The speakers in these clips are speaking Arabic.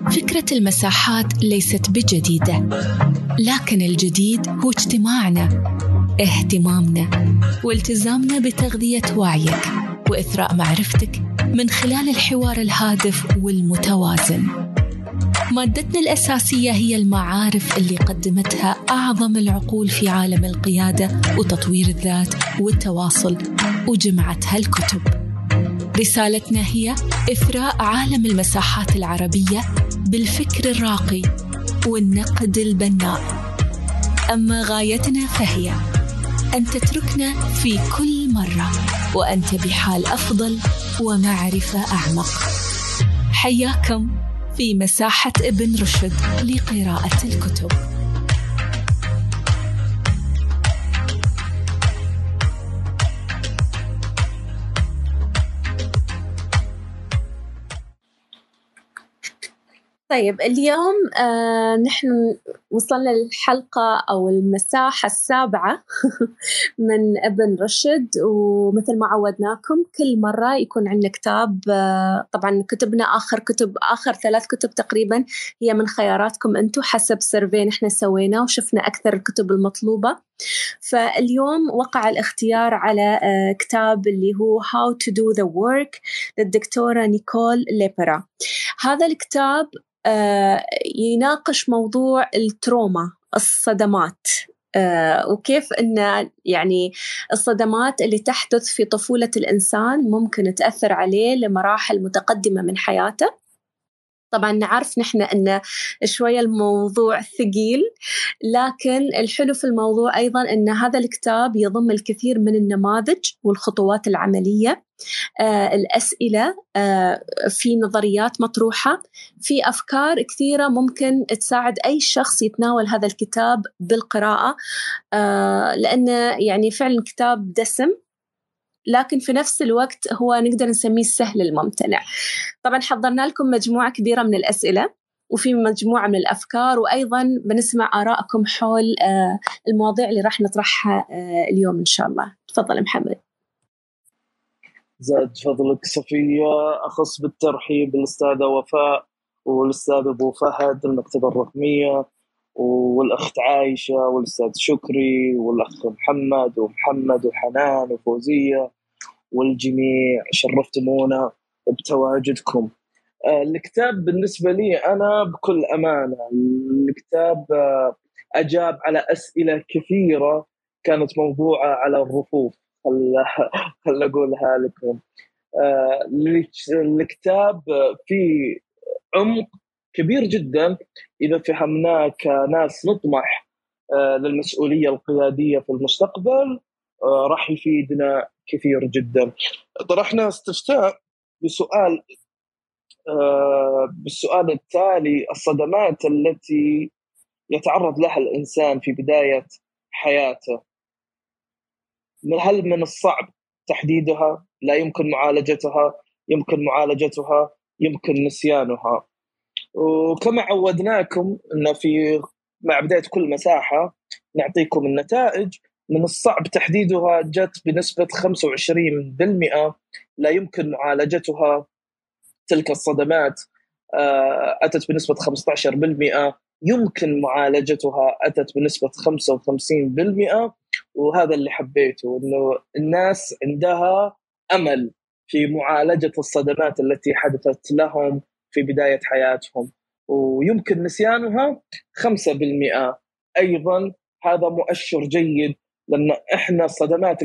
فكرة المساحات ليست بجديدة، لكن الجديد هو اجتماعنا، اهتمامنا والتزامنا بتغذية وعيك وإثراء معرفتك من خلال الحوار الهادف والمتوازن. مادتنا الأساسية هي المعارف اللي قدمتها أعظم العقول في عالم القيادة وتطوير الذات والتواصل، وجمعتها الكتب. رسالتنا هي إثراء عالم المساحات العربية بالفكر الراقي والنقد البناء. أما غايتنا فهي أن تتركنا في كل مرة وأنت بحال أفضل ومعرفة أعمق. حياكم في مساحة ابن رشد لقراءة الكتب. طيب اليوم نحن وصلنا للحلقة أو المساحة السابعة من ابن رشد، ومثل ما عودناكم كل مرة يكون عندنا كتاب. طبعاً كتبنا آخر 3 كتب تقريباً هي من خياراتكم أنتم حسب سيرفي نحن سوينا وشفنا أكثر الكتب المطلوبة. فاليوم وقع الاختيار على كتاب اللي هو How to do the work للدكتورة نيكول ليبرا. هذا الكتاب يناقش موضوع التروما، الصدمات، وكيف أن يعني الصدمات اللي تحدث في طفولة الإنسان ممكن تأثر عليه لمراحل متقدمة من حياته. طبعاً نعرف نحن أن شوية الموضوع ثقيل، لكن الحلو في الموضوع أيضاً أن هذا الكتاب يضم الكثير من النماذج والخطوات العملية، الأسئلة، في نظريات مطروحة، في أفكار كثيرة ممكن تساعد أي شخص يتناول هذا الكتاب بالقراءة، لأنه يعني فعلاً كتاب دسم، لكن في نفس الوقت هو نقدر نسميه السهل الممتنع. طبعاً حضرنا لكم مجموعة كبيرة من الأسئلة وفي مجموعة من الأفكار، وأيضاً بنسمع آراءكم حول المواضيع اللي راح نطرحها اليوم إن شاء الله. تفضل محمد. زاد فضلك صفية. أخص بالترحيب بالأستاذة وفاء والأستاذ أبو فهد المكتبة الرقمية، والأخت عايشة والأستاذ شكري والأخ محمد وحنان وفوزية والجميع. شرفتمونا بتواجدكم. الكتاب بالنسبة لي أنا بكل أمانة الكتاب أجاب على أسئلة كثيرة كانت موضوعة على الرفوف. خل أقولها لكم. الكتاب فيه عمق كبير جدا إذا فهمناه كناس نطمح للمسؤولية القيادية في المستقبل، راح يفيدنا كثير جدا. طرحنا استفتاء بالسؤال التالي: الصدمات التي يتعرض لها الإنسان في بداية حياته، هل من الصعب تحديدها؟ لا يمكن معالجتها؟ يمكن معالجتها؟ يمكن نسيانها؟ وكما عودناكم أن مع بداية كل مساحة نعطيكم النتائج. من الصعب تحديدها جت بنسبة 25%، لا يمكن معالجتها تلك الصدمات أتت بنسبة 15%، يمكن معالجتها أتت بنسبة 55%. وهذا اللي حبيته، إنه الناس عندها أمل في معالجة الصدمات التي حدثت لهم في بداية حياتهم، ويمكن نسيانها 5%. أيضا هذا مؤشر جيد، لأن إحنا الصدمات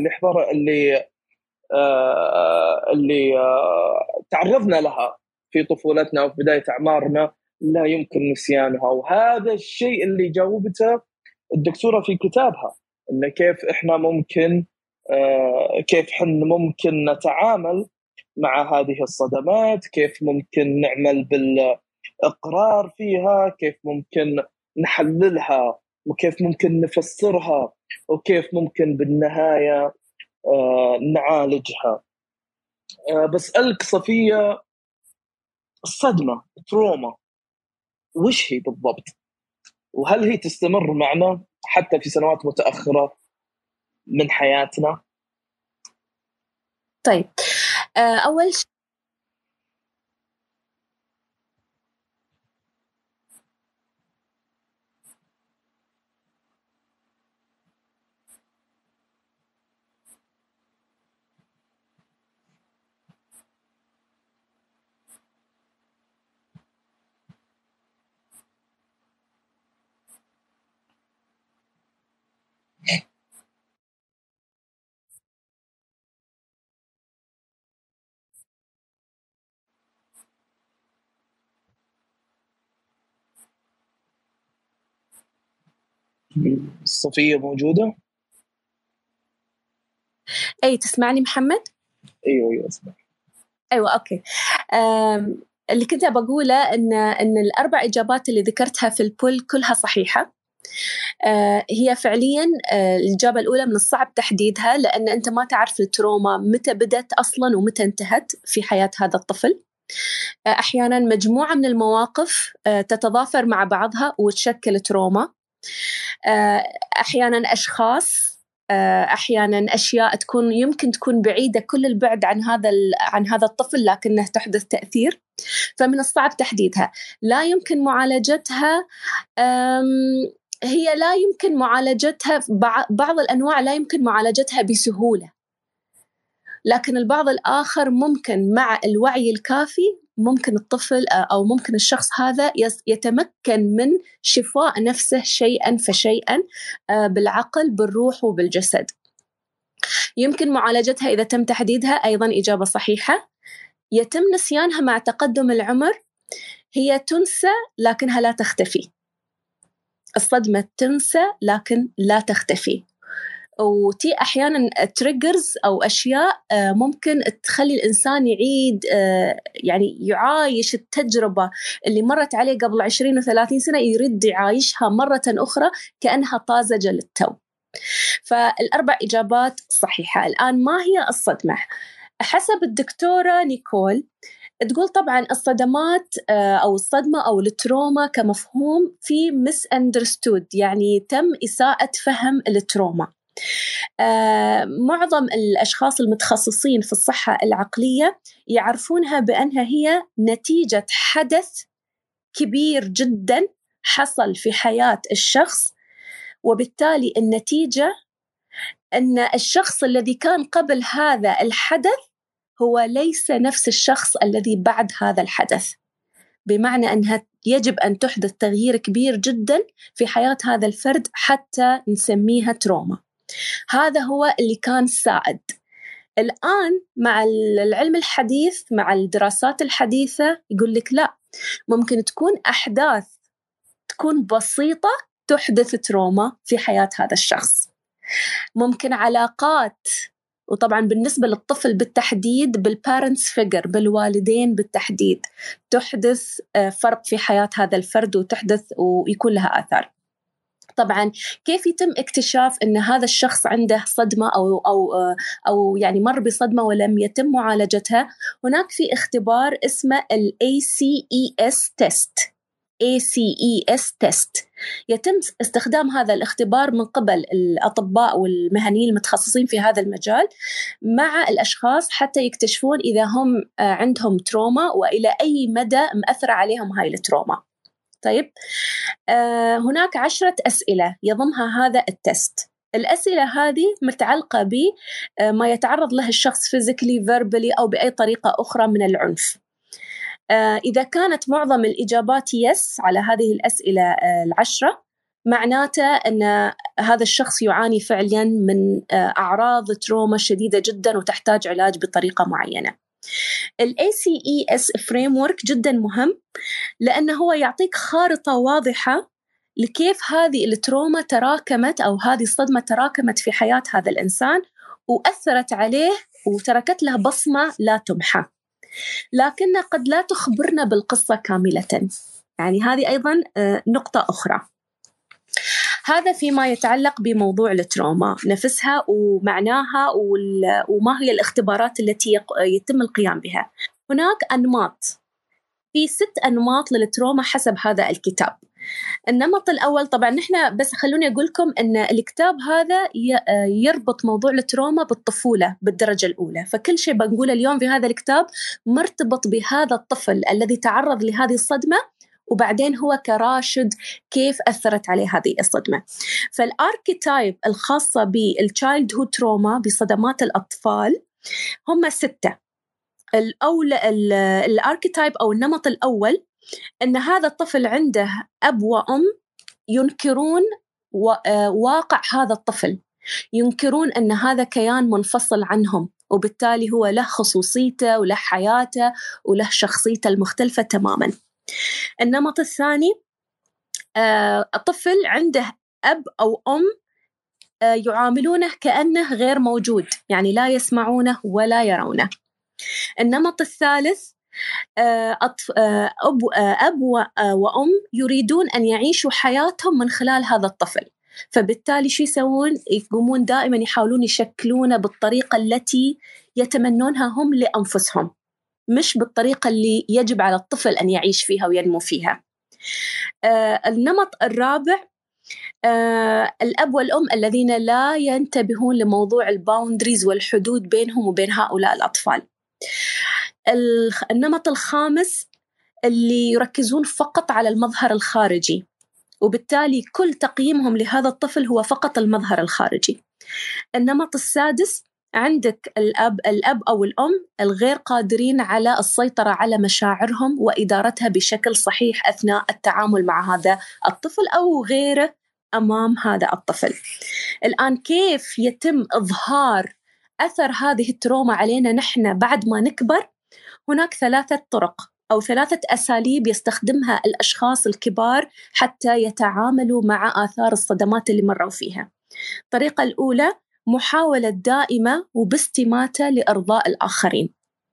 اللي تعرضنا لها في طفولتنا وفي بداية أعمارنا لا يمكن نسيانها. وهذا الشيء اللي جاوبته الدكتورة في كتابها، إن كيف إحنا ممكن نتعامل مع هذه الصدمات، كيف ممكن نعمل بالإقرار فيها، كيف ممكن نحللها، وكيف ممكن نفسرها، وكيف ممكن بالنهاية نعالجها. بسألك صفية، الصدمة تروما وش هي بالضبط؟ وهل هي تستمر معنا حتى في سنوات متأخرة من حياتنا؟ طيب أول صفية موجودة؟ أي تسمعني محمد؟ أيوة أسمع. أيوة أوكي. اللي كنت بقوله إن الأربع إجابات اللي ذكرتها في البول كلها صحيحة. هي فعلياً الإجابة الأولى من الصعب تحديدها، لأن أنت ما تعرف التروما متى بدأت أصلاً ومتى انتهت في حياة هذا الطفل. أحياناً مجموعة من المواقف تتضافر مع بعضها وتشكل تروما. أحياناً أشخاص، أحياناً أشياء يمكن تكون بعيدة كل البعد عن هذا الطفل، لكنها تحدث تأثير. فمن الصعب تحديدها. لا يمكن معالجتها. هي لا يمكن معالجتها، بعض الأنواع لا يمكن معالجتها بسهولة، لكن البعض الآخر ممكن مع الوعي الكافي ممكن الطفل أو ممكن الشخص هذا يتمكن من شفاء نفسه شيئاً فشيئاً، بالعقل بالروح وبالجسد. يمكن معالجتها إذا تم تحديدها، أيضاً إجابة صحيحة. يتم نسيانها مع تقدم العمر. هي تنسى لكنها لا تختفي. الصدمة تنسى لكن لا تختفي. وتي أحياناً تريجرز أو أشياء ممكن تخلي الإنسان يعيد، يعني يعايش التجربة اللي مرت عليه قبل 20 و30 سنة، يرد يعايشها مرة أخرى كأنها طازجة للتو. فالأربع إجابات صحيحة. الآن ما هي الصدمة؟ حسب الدكتورة نيكول تقول طبعاً الصدمات أو الصدمة أو التروما كمفهوم في misunderstood، يعني تم إساءة فهم التروما. معظم الأشخاص المتخصصين في الصحة العقلية يعرفونها بأنها هي نتيجة حدث كبير جداً حصل في حياة الشخص، وبالتالي النتيجة أن الشخص الذي كان قبل هذا الحدث هو ليس نفس الشخص الذي بعد هذا الحدث، بمعنى أنها يجب أن تحدث تغيير كبير جدا في حياة هذا الفرد حتى نسميها تروما. هذا هو اللي كان سائد. الآن مع العلم الحديث، مع الدراسات الحديثة، يقول لك لا، ممكن تكون أحداث تكون بسيطة تحدث تروما في حياة هذا الشخص. ممكن علاقات، وطبعاً بالنسبة للطفل بالتحديد بالبارنتس فيجر، بالوالدين بالتحديد، تحدث فرق في حياة هذا الفرد وتحدث ويكون لها آثار. طبعاً كيف يتم اكتشاف أن هذا الشخص عنده صدمة أو يعني مر بصدمة ولم يتم معالجتها؟ هناك في اختبار اسمه ال ACES test. ACES test. يتم استخدام هذا الاختبار من قبل الأطباء والمهنيين المتخصصين في هذا المجال مع الأشخاص حتى يكتشفون إذا هم عندهم تروما وإلى أي مدى مأثر عليهم هاي التروما. طيب، هناك 10 أسئلة يضمها هذا التست. الأسئلة هذه متعلقة بما يتعرض له الشخص فيزيكلي، فيربلي، أو بأي طريقة أخرى من العنف. إذا كانت معظم الإجابات يس على هذه الأسئلة 10، معناته أن هذا الشخص يعاني فعلاً من أعراض تروما شديدة جداً وتحتاج علاج بطريقة معينة. ال ACES framework جداً مهم، لأنه هو يعطيك خارطة واضحة لكيف هذه التروما تراكمت أو هذه الصدمة تراكمت في حياة هذا الإنسان وأثرت عليه وتركت له بصمة لا تمحى، لكن قد لا تخبرنا بالقصة كاملة. يعني هذه أيضاً نقطة أخرى. هذا فيما يتعلق بموضوع التروما نفسها ومعناها وما هي الاختبارات التي يتم القيام بها. هناك أنماط، في 6 أنماط للتروما حسب هذا الكتاب. النمط الأول، طبعاً نحن بس خلوني أقول لكم أن الكتاب هذا يربط موضوع التروما بالطفولة بالدرجة الأولى، فكل شيء بنقوله اليوم في هذا الكتاب مرتبط بهذا الطفل الذي تعرض لهذه الصدمة، وبعدين هو كراشد كيف أثرت عليه هذه الصدمة. فالأركيتايب الخاصة بالتشايلد هود تروما بصدمات الأطفال هم 6. الأركيتايب أو النمط الأول أن هذا الطفل عنده أب وأم ينكرون واقع هذا الطفل، ينكرون أن هذا كيان منفصل عنهم، وبالتالي هو له خصوصيته وله حياته وله شخصيته المختلفة تماماً. النمط الثاني، الطفل عنده أب أو أم يعاملونه كأنه غير موجود، يعني لا يسمعونه ولا يرونه. النمط الثالث أب وأم يريدون أن يعيشوا حياتهم من خلال هذا الطفل، فبالتالي شو يسوون؟ يقومون دائما يحاولون يشكلونه بالطريقة التي يتمنونها هم لأنفسهم، مش بالطريقة اللي يجب على الطفل أن يعيش فيها وينمو فيها. النمط الرابع الأب والأم الذين لا ينتبهون لموضوع الباوندريز والحدود بينهم وبين هؤلاء الأطفال. النمط الخامس اللي يركزون فقط على المظهر الخارجي، وبالتالي كل تقييمهم لهذا الطفل هو فقط المظهر الخارجي. النمط السادس عندك الأب أو الأم الغير قادرين على السيطرة على مشاعرهم وإدارتها بشكل صحيح أثناء التعامل مع هذا الطفل أو غيره أمام هذا الطفل. الآن كيف يتم إظهار أثر هذه التروما علينا نحن بعد ما نكبر؟ هناك 3 طرق أو 3 أساليب يستخدمها الأشخاص الكبار حتى يتعاملوا مع آثار الصدمات اللي مروا فيها. الطريقة الأولى محاولة دائمة وباستماتة لإرضاء الآخرين.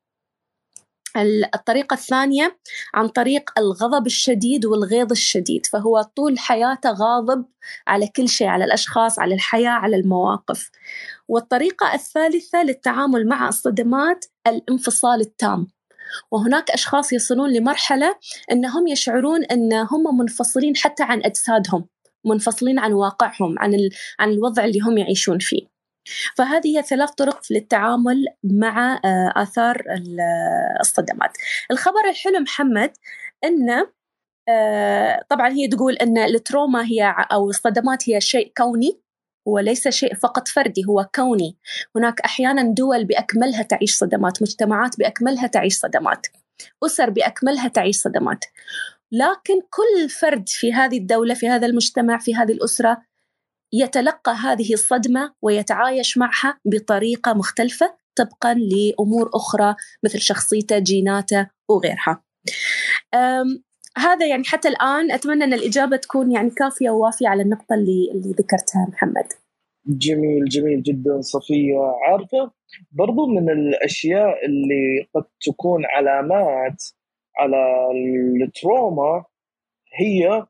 الطريقة الثانية عن طريق الغضب الشديد والغيظ الشديد، فهو طول حياته غاضب على كل شيء، على الأشخاص، على الحياة، على المواقف. والطريقة الثالثة للتعامل مع الصدمات الانفصال التام، وهناك أشخاص يصلون لمرحلة أنهم يشعرون أنهم منفصلين حتى عن أجسادهم، منفصلين عن واقعهم، عن الوضع اللي هم يعيشون فيه. فهذه هي 3 طرق للتعامل مع آثار الصدمات. الخبر الحلو محمد أن طبعا هي تقول أن التروما هي أو الصدمات هي شيء كوني وليس شيء فقط فردي، هو كوني. هناك أحيانا دول بأكملها تعيش صدمات، مجتمعات بأكملها تعيش صدمات، أسر بأكملها تعيش صدمات، لكن كل فرد في هذه الدولة، في هذا المجتمع، في هذه الأسرة يتلقى هذه الصدمة ويتعايش معها بطريقة مختلفة طبقاً لأمور أخرى مثل شخصيته، جيناته وغيرها. هذا يعني حتى الآن أتمنى أن الإجابة تكون يعني كافية ووافية على النقطة اللي ذكرتها محمد. جميل جميل جدا صفية. عارفة برضو من الأشياء اللي قد تكون علامات على التروما هي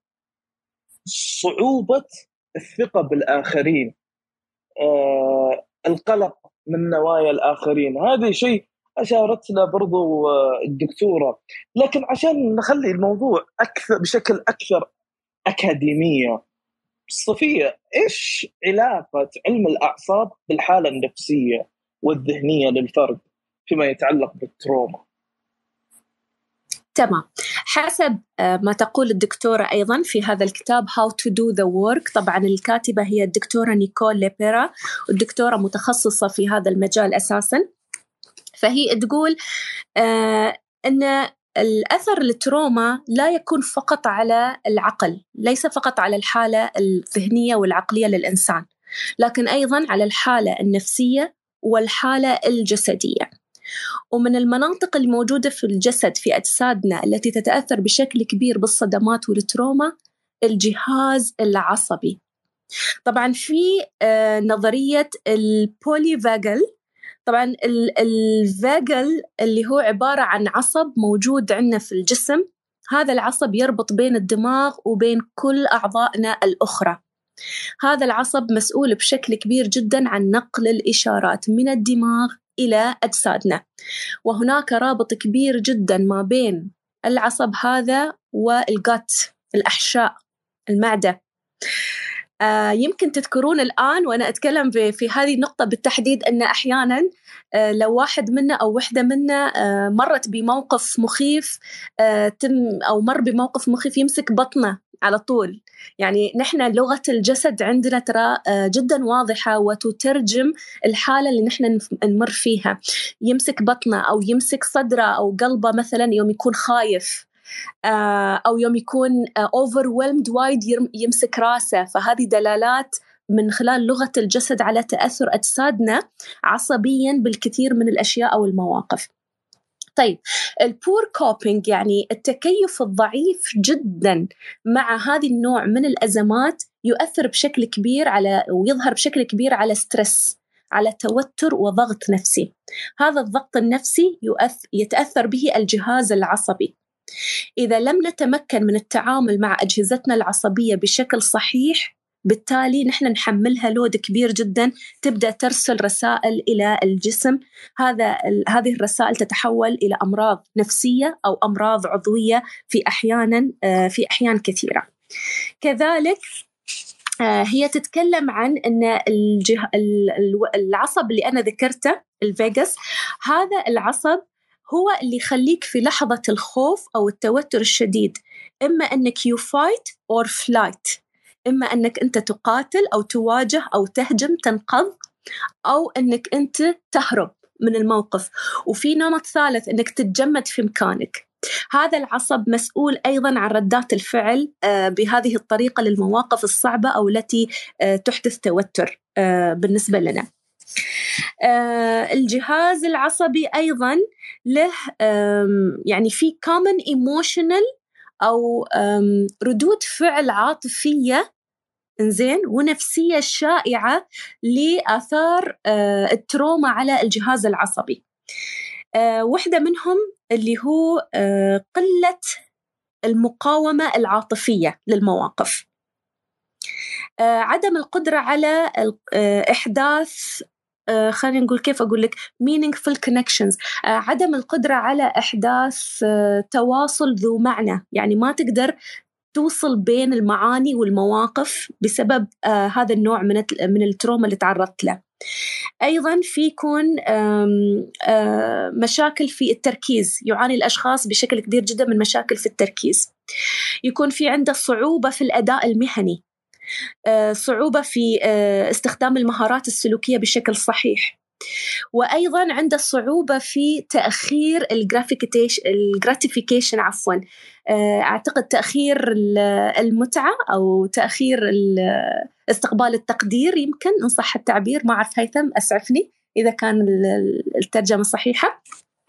صعوبة الثقة بالآخرين، القلق من نوايا الآخرين. هذا شيء أشارت له برضو الدكتورة. لكن عشان نخلي الموضوع أكثر بشكل أكثر أكاديمية، صفية إيش علاقة علم الأعصاب بالحالة النفسية والذهنية للفرد فيما يتعلق بالتروما؟ تمام، حسب ما تقول الدكتورة أيضاً في هذا الكتاب How to do the work. طبعاً الكاتبة هي الدكتورة نيكول ليبيرا، والدكتورة متخصصة في هذا المجال أساساً. فهي تقول أن الأثر التروما لا يكون فقط على العقل، ليس فقط على الحالة الذهنية والعقلية للإنسان، لكن أيضاً على الحالة النفسية والحالة الجسدية. ومن المناطق الموجودة في الجسد في أجسادنا التي تتأثر بشكل كبير بالصدمات والتروما الجهاز العصبي. طبعاً في نظرية البوليفاجل. طبعاً الفاجل اللي هو عبارة عن عصب موجود عندنا في الجسم، هذا العصب يربط بين الدماغ وبين كل أعضائنا الأخرى. هذا العصب مسؤول بشكل كبير جداً عن نقل الإشارات من الدماغ إلى أجسادنا، وهناك رابط كبير جداً ما بين العصب هذا والجات، الأحشاء، المعدة. يمكن تذكرون الآن وأنا أتكلم في هذه النقطة بالتحديد أن أحياناً لو واحد منا أو وحدة منا مرت بموقف مخيف، أو مر بموقف مخيف، يمسك بطنه على طول. يعني نحن لغة الجسد عندنا ترى جدا واضحة وتترجم الحالة اللي نحن نمر فيها. يمسك بطنه أو يمسك صدره أو قلبه مثلا يوم يكون خايف، أو يوم يكون overwhelmed وايد يمسك راسه. فهذه دلالات من خلال لغة الجسد على تأثر أجسادنا عصبيا بالكثير من الأشياء أو المواقف. طيب البور كوبينج يعني التكيف الضعيف جدا مع هذه النوع من الأزمات يؤثر بشكل كبير على ويظهر بشكل كبير على ستريس، على توتر وضغط نفسي. هذا الضغط النفسي يتأثر به الجهاز العصبي. إذا لم نتمكن من التعامل مع أجهزتنا العصبية بشكل صحيح، بالتالي نحن نحملها لود كبير جدا، تبدأ ترسل رسائل إلى الجسم. هذه الرسائل تتحول إلى أمراض نفسية أو أمراض عضوية في أحيان كثيرة. كذلك هي تتكلم عن أن العصب اللي أنا ذكرته الفيغاس، هذا العصب هو اللي يخليك في لحظة الخوف أو التوتر الشديد إما أنك you fight or flight، إما أنك أنت تقاتل أو تواجه أو تهجم تنقض، أو أنك أنت تهرب من الموقف. وفي نمط ثالث أنك تتجمد في مكانك. هذا العصب مسؤول أيضاً عن ردات الفعل بهذه الطريقة للمواقف الصعبة أو التي تحدث توتر بالنسبة لنا. الجهاز العصبي أيضاً له يعني في common emotional أو ردود فعل عاطفية إنزين ونفسية شائعة لآثار التروما على الجهاز العصبي. واحدة منهم اللي هو قلة المقاومة العاطفية للمواقف، عدم القدرة على إحداث خلينا نقول كيف أقول لك meaningful connections، عدم القدرة على إحداث تواصل ذو معنى، يعني ما تقدر توصل بين المعاني والمواقف بسبب هذا النوع من التروما اللي تعرضت له. أيضاً في يكون مشاكل في التركيز، يعاني الأشخاص بشكل كبير جداً من مشاكل في التركيز. يكون في عنده صعوبة في الأداء المهني، صعوبة في استخدام المهارات السلوكية بشكل صحيح، وأيضاً عنده صعوبة في تأخير الجراتيفيكيشن أعتقد تأخير المتعة أو تأخير استقبال التقدير، يمكن إن صح التعبير، ما أعرف هيثم أسعفني إذا كان الترجمة صحيحة.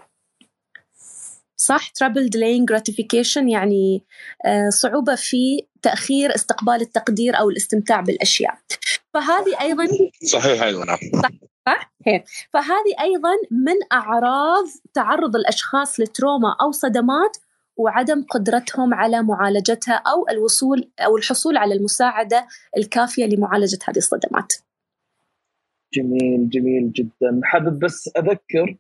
صح، trouble delaying gratification يعني صعوبة في تأخير استقبال التقدير أو الاستمتاع بالأشياء. فهذه أيضاً صحيح أيضاً صح؟ فهذه أيضاً من أعراض تعرض الأشخاص لتروما أو صدمات وعدم قدرتهم على معالجتها أو الحصول على المساعدة الكافية لمعالجة هذه الصدمات. جميل جميل جدا. حابب بس أذكر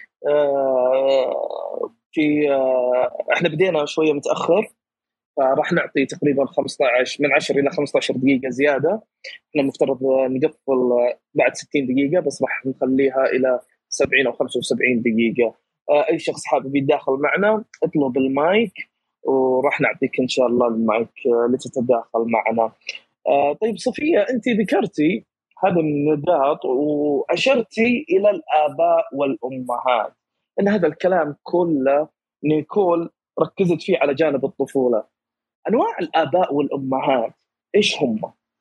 احنا بدينا شوية متأخر، فراح نعطي تقريبا 15 من 10 إلى 15 دقيقة زيادة. احنا مفترض نقفل بعد 60 دقيقة، بس راح نخليها إلى 70 أو 75 دقيقة. أي شخص حابب يتداخل معنا اطلب المايك وراح نعطيك إن شاء الله المايك لتتداخل معنا. طيب صفية، أنت ذكرتي هذا النقاط وأشرتي إلى الآباء والأمهات، إن هذا الكلام كله نيكول ركزت فيه على جانب الطفولة. أنواع الآباء والأمهات إيش هم؟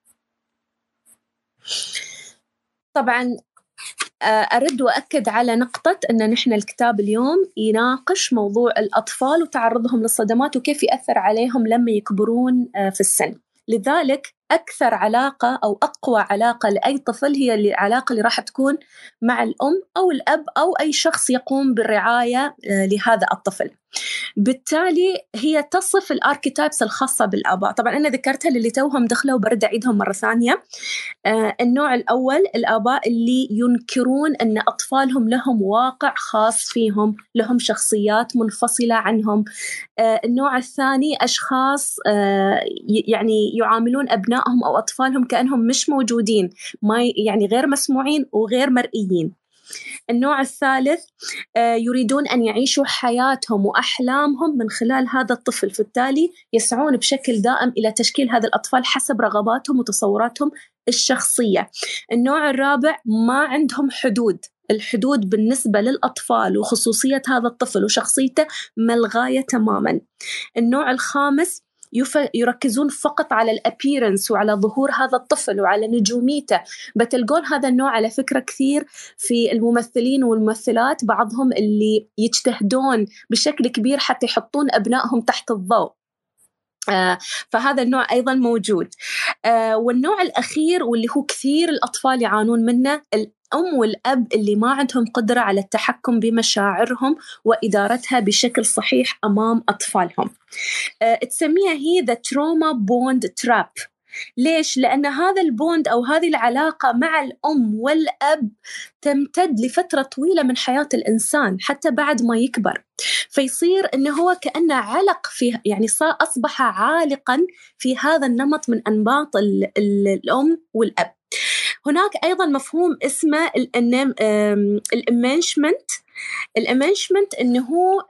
طبعاً أرد وأكد على نقطة أن نحن الكتاب اليوم يناقش موضوع الأطفال وتعرضهم للصدمات وكيف يأثر عليهم لما يكبرون في السن. لذلك أكثر علاقة أو أقوى علاقة لأي طفل هي العلاقة اللي راح تكون مع الأم أو الأب أو أي شخص يقوم بالرعاية لهذا الطفل. بالتالي هي تصف الاركيتايبس الخاصة بالآباء. طبعا أنا ذكرتها للي توهم دخلوا وبرد أعيدهم مرة ثانية. النوع الأول الآباء اللي ينكرون أن أطفالهم لهم واقع خاص فيهم، لهم شخصيات منفصلة عنهم. النوع الثاني أشخاص يعني يعاملون أبنائهم أو أطفالهم كأنهم مش موجودين، يعني غير مسموعين وغير مرئيين. النوع الثالث يريدون أن يعيشوا حياتهم وأحلامهم من خلال هذا الطفل، فبالتالي يسعون بشكل دائم إلى تشكيل هذا الأطفال حسب رغباتهم وتصوراتهم الشخصية. النوع الرابع ما عندهم حدود، الحدود بالنسبة للأطفال وخصوصية هذا الطفل وشخصيته ملغاية تماماً. النوع الخامس يركزون فقط على الابيرنس وعلى ظهور هذا الطفل وعلى نجوميته. بتلقون هذا النوع على فكرة كثير في الممثلين والممثلات، بعضهم اللي يجتهدون بشكل كبير حتى يحطون أبنائهم تحت الضوء. فهذا النوع أيضا موجود. والنوع الأخير واللي هو كثير الأطفال يعانون منه، الأم والأب اللي ما عندهم قدرة على التحكم بمشاعرهم وإدارتها بشكل صحيح أمام أطفالهم. تسميها هي the trauma bond trap. ليش؟ لأن هذا البوند أو هذه العلاقة مع الأم والأب تمتد لفترة طويلة من حياة الإنسان حتى بعد ما يكبر، فيصير إنه هو كأنه علق فيه، يعني أصبح عالقاً في هذا النمط من أنماط الأم والأب. هناك أيضاً مفهوم اسمه الإمانشمنت، إنه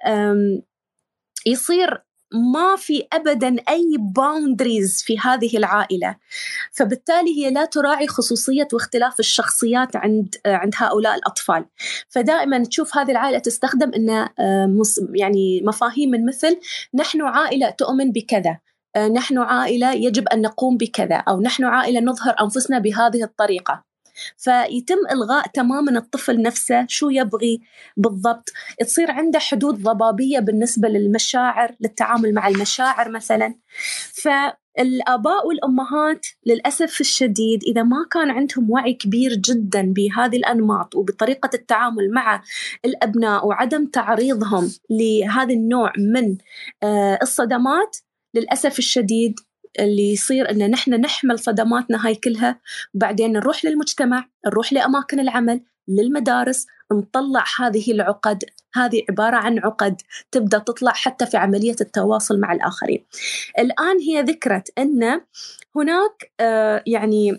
يصير ما في أبداً أي boundaries في هذه العائلة، فبالتالي هي لا تراعي خصوصية واختلاف الشخصيات عند هؤلاء الأطفال. فدائماً تشوف هذه العائلة تستخدم إنه يعني مفاهيم من مثل نحن عائلة تؤمن بكذا، نحن عائلة يجب أن نقوم بكذا، أو نحن عائلة نظهر أنفسنا بهذه الطريقة. فيتم إلغاء تماماً الطفل نفسه شو يبغي بالضبط. تصير عنده حدود ضبابية بالنسبة للمشاعر، للتعامل مع المشاعر مثلاً. فالآباء والأمهات للأسف الشديد إذا ما كان عندهم وعي كبير جداً بهذه الأنماط وبطريقة التعامل مع الأبناء وعدم تعريضهم لهذا النوع من الصدمات، للأسف الشديد اللي يصير إن نحن نحمل صدماتنا هاي كلها، وبعدين نروح للمجتمع، نروح لأماكن العمل، للمدارس، نطلع هذه العقد. هذه عبارة عن عقد تبدأ تطلع حتى في عملية التواصل مع الآخرين. الآن هي ذكرت أن هناك يعني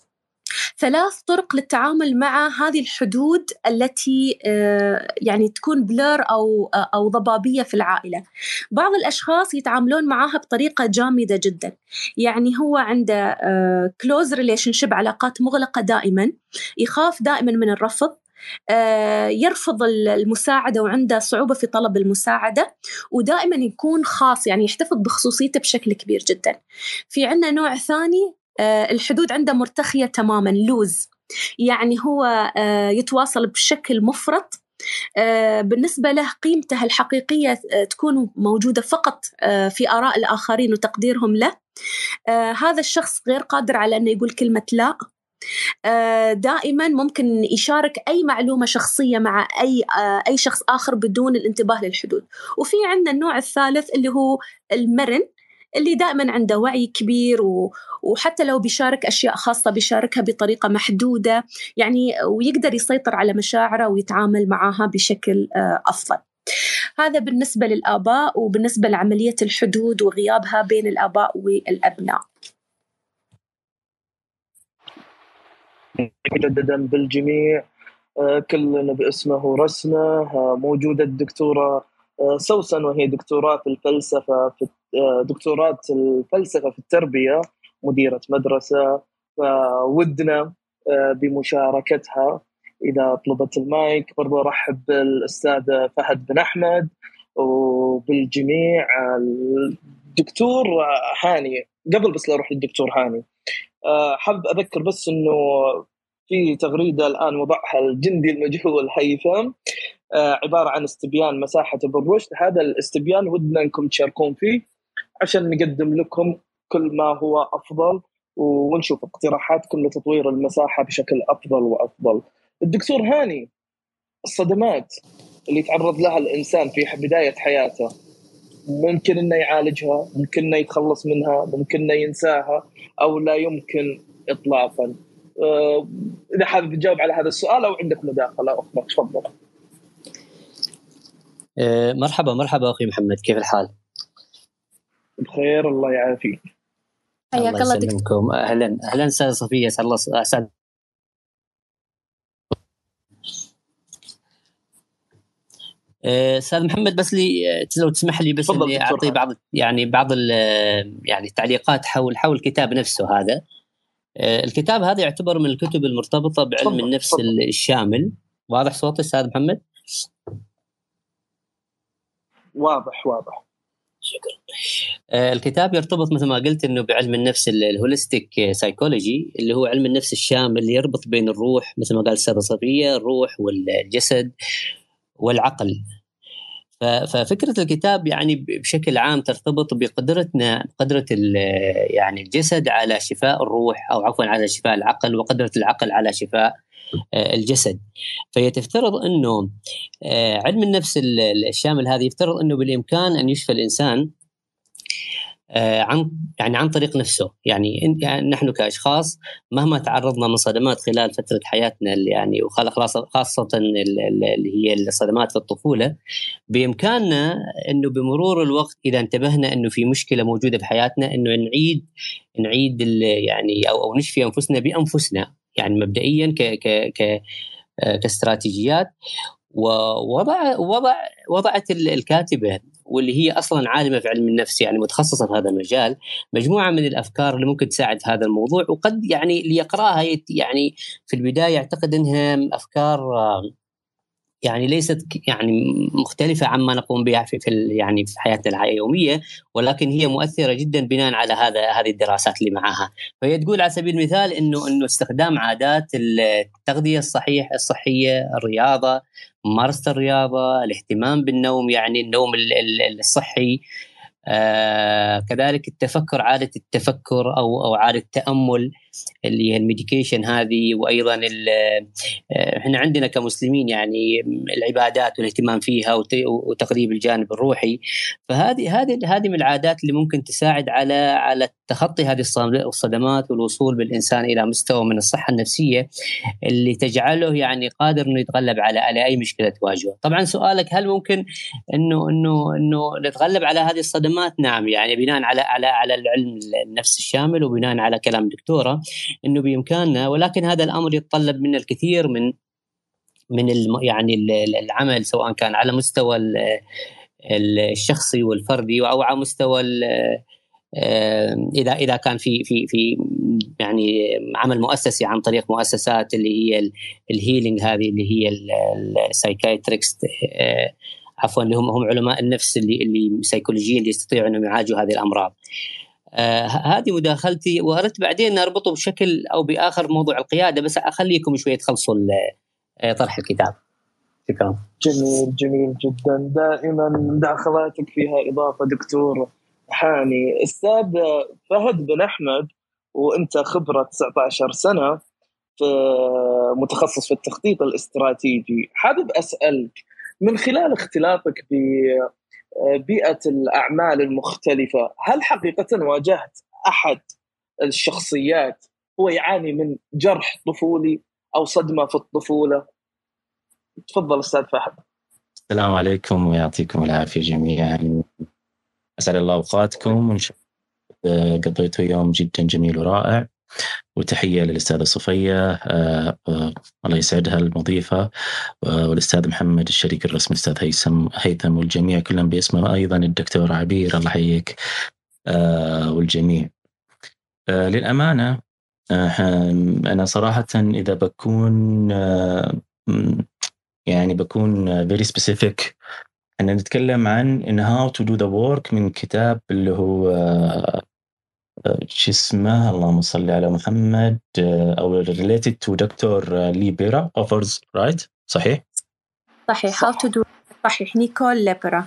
3 طرق للتعامل مع هذه الحدود التي يعني تكون بلور أو ضبابية في العائلة. بعض الأشخاص يتعاملون معها بطريقة جامدة جدا، يعني هو عنده close relationship، علاقات مغلقة دائما، يخاف دائما من الرفض، يرفض المساعدة وعنده صعوبة في طلب المساعدة، ودائما يكون خاص، يعني يحتفظ بخصوصيته بشكل كبير جدا. في عندنا نوع ثاني الحدود عنده مرتخية تماماً، لوز، يعني هو يتواصل بشكل مفرط. بالنسبة له قيمته الحقيقية تكون موجودة فقط في آراء الآخرين وتقديرهم له. هذا الشخص غير قادر على أن يقول كلمة لا. دائما ممكن يشارك أي معلومة شخصية مع أي شخص آخر بدون الانتباه للحدود. وفي عندنا النوع الثالث اللي هو المرن، اللي دائما عنده وعي كبير وحتى لو بيشارك أشياء خاصة بيشاركها بطريقة محدودة، يعني ويقدر يسيطر على مشاعره ويتعامل معها بشكل أفضل. هذا بالنسبة للآباء وبالنسبة لعملية الحدود وغيابها بين الآباء والأبناء. مجددا بالجميع، كلنا باسمه ورسمه. موجودة الدكتورة سوسن، وهي دكتوراه في الفلسفة، في دكتوراه الفلسفة في التربية، مديرة مدرسة، فودنا بمشاركتها. إذا طلبت المايك برضو أرحب بالأستاذ فهد بن أحمد وبالجميع. الدكتور هاني، قبل بس لا أروح للدكتور هاني، حاب أذكر بس أنه في تغريدة الآن وضعها الجندي المجهول هيثم، عبارة عن استبيان مساحة ابن رشد. هذا الاستبيان ودنا أنكم تشاركون فيه عشان نقدم لكم كل ما هو أفضل، ونشوف اقتراحاتكم لتطوير المساحة بشكل أفضل وأفضل. الدكتور هاني، الصدمات اللي يتعرض لها الإنسان في بداية حياته ممكن إنه يعالجها، ممكن إنه يتخلص منها، ممكن إنه ينساها، أو لا يمكن إطلاقا. إذا حابب تجاوب على هذا السؤال أو عندك مداخلة أخرى تفضل. مرحبا أخي محمد، كيف الحال؟ بخير الله يعافيك. حياك الله دكتور. أهلا أستاذ صفية، أسعد. أستاذ محمد، بس لي لو تسمح لي بس إني أعطي بعض التعليقات حول الكتاب نفسه. هذا الكتاب هذا يعتبر من الكتب المرتبطة بعلم النفس الشامل. واضح صوتي أستاذ محمد؟ واضح. شكرا. الكتاب يرتبط مثل ما قلت انه بعلم النفس الهوليستيك سايكولوجي، اللي هو علم النفس الشامل اللي يربط بين الروح مثل ما قال الأستاذة صفية، الروح والجسد والعقل. ففكرة الكتاب يعني بشكل عام ترتبط قدرة يعني الجسد على شفاء الروح، أو عفوا على شفاء العقل، وقدرة العقل على شفاء الجسد. فهي تفترض أنه علم النفس الشامل هذا يفترض أنه بالإمكان أن يشفى الإنسان عن طريق نفسه. يعني نحن كأشخاص مهما تعرضنا من صدمات خلال فترة حياتنا، يعني خاصة اللي هي الصدمات في الطفولة، بإمكاننا أنه بمرور الوقت إذا انتبهنا أنه في مشكلة موجودة في حياتنا أنه نعيد يعني أو نشفي أنفسنا بأنفسنا، يعني مبدئيا كاستراتيجيات. ووضعت الكاتبة واللي هي أصلاً عالمة في علم النفس، يعني متخصصة في هذا المجال، مجموعة من الأفكار اللي ممكن تساعد في هذا الموضوع. وقد يعني اللي يقرأها يعني في البداية يعتقد أنها أفكار يعني ليست يعني مختلفة عما نقوم بها يعني في حياتنا اليومية، ولكن هي مؤثرة جدا بناء على هذه الدراسات اللي معها. فهي تقول على سبيل المثال إنه استخدام عادات التغذية الصحية، الرياضة، ممارسة الرياضة، الاهتمام بالنوم، يعني النوم الصحي، كذلك التفكر، عادة التفكر أو عادة التأمل اللي هي الميديكيشن هذه، وأيضا احنا عندنا كمسلمين يعني العبادات والاهتمام فيها وتقريب الجانب الروحي. فهذه من العادات اللي ممكن تساعد على تخطي هذه الصدمات والوصول بالإنسان إلى مستوى من الصحة النفسية اللي تجعله يعني قادر إنه يتغلب على أي مشكلة تواجهه. طبعا سؤالك هل ممكن إنه نتغلب على هذه الصدمات؟ نعم، يعني بناء على العلم النفس الشامل وبناء على كلام دكتورة إنه بإمكاننا، ولكن هذا الأمر يتطلب منا الكثير من يعني العمل، سواء كان على مستوى الشخصي والفردي أو على مستوى إذا كان في يعني عمل مؤسسي عن طريق مؤسسات اللي هي الهيلينج هذه، اللي هي السايكايتريكست، عفوا اللي هم علماء النفس اللي سيكولوجيين اللي يستطيعوا أن يعالجوا هذه الأمراض. هذه مداخلتي، وأردت بعدين نربطه بشكل أو بآخر موضوع القيادة، بس أخليكم شوية تخلصوا طرح الكتاب. شكرا. جميل جدا، دائما مداخلاتك فيها إضافة دكتور حاني. أستاذ فهد بن أحمد، وأنت خبرة 19 سنة متخصص في التخطيط الاستراتيجي، حابب أسألك من خلال اختلاطك ببيئة الأعمال المختلفة، هل حقيقة واجهت أحد الشخصيات هو يعاني من جرح طفولي أو صدمة في الطفولة؟ تفضل أستاذ فهد. السلام عليكم ويعطيكم العافية جميعا، أسعد الله أوقاتكم، وإن شاء الله قضيتوا يوم جدا جميل ورائع. وتحية للأستاذة صفية الله يسعدها المضيفة، والأستاذ محمد الشريك الرسمي، الأستاذ هيثم والجميع كلهم باسمه، أيضا الدكتور عبير الله يحييك، والجميع. للأمانة أنا صراحة إذا بكون يعني بكون very specific، أن نتكلم عن إن how to do the work من كتاب اللي هو شو اسمه، اللهم صل على محمد، أو related to دكتور ليبيرا offers right؟ صحيح how to do، صحيح، نيكول ليبيرا.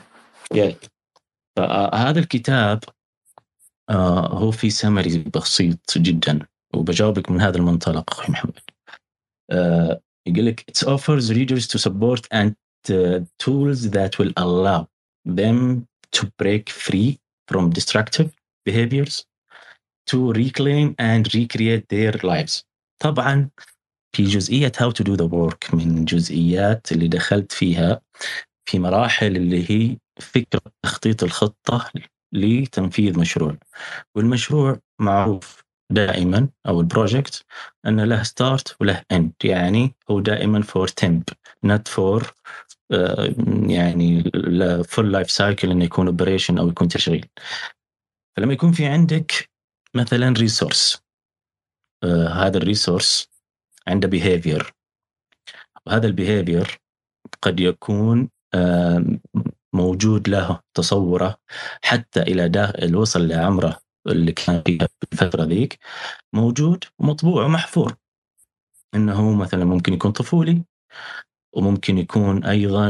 هذا الكتاب هو في سمري بسيط جدا، وبجاوبك من هذا المنطلق أخي محمد. يقول لك it offers readers to support and tools that will allow them to break free from destructive behaviors to reclaim and recreate their lives. طبعا في جزئية how to do the work من جزئيات اللي دخلت فيها في مراحل اللي هي فكرة تخطيط الخطة لتنفيذ مشروع، والمشروع معروف دائما أو البروجكت أن له ستارت وله end، يعني هو دائما for temp not for يعني full life cycle إنه يكون operation أو يكون تشغيل. فلما يكون في عندك مثلا resource، هذا الريسورس عنده behavior، وهذا الbehavior قد يكون موجود له تصوره حتى إلى الوصل لعمره اللي كان فيها في الفترة ذيك، موجود ومطبوع ومحفور. إنه مثلا ممكن يكون طفولي، وممكن يكون أيضا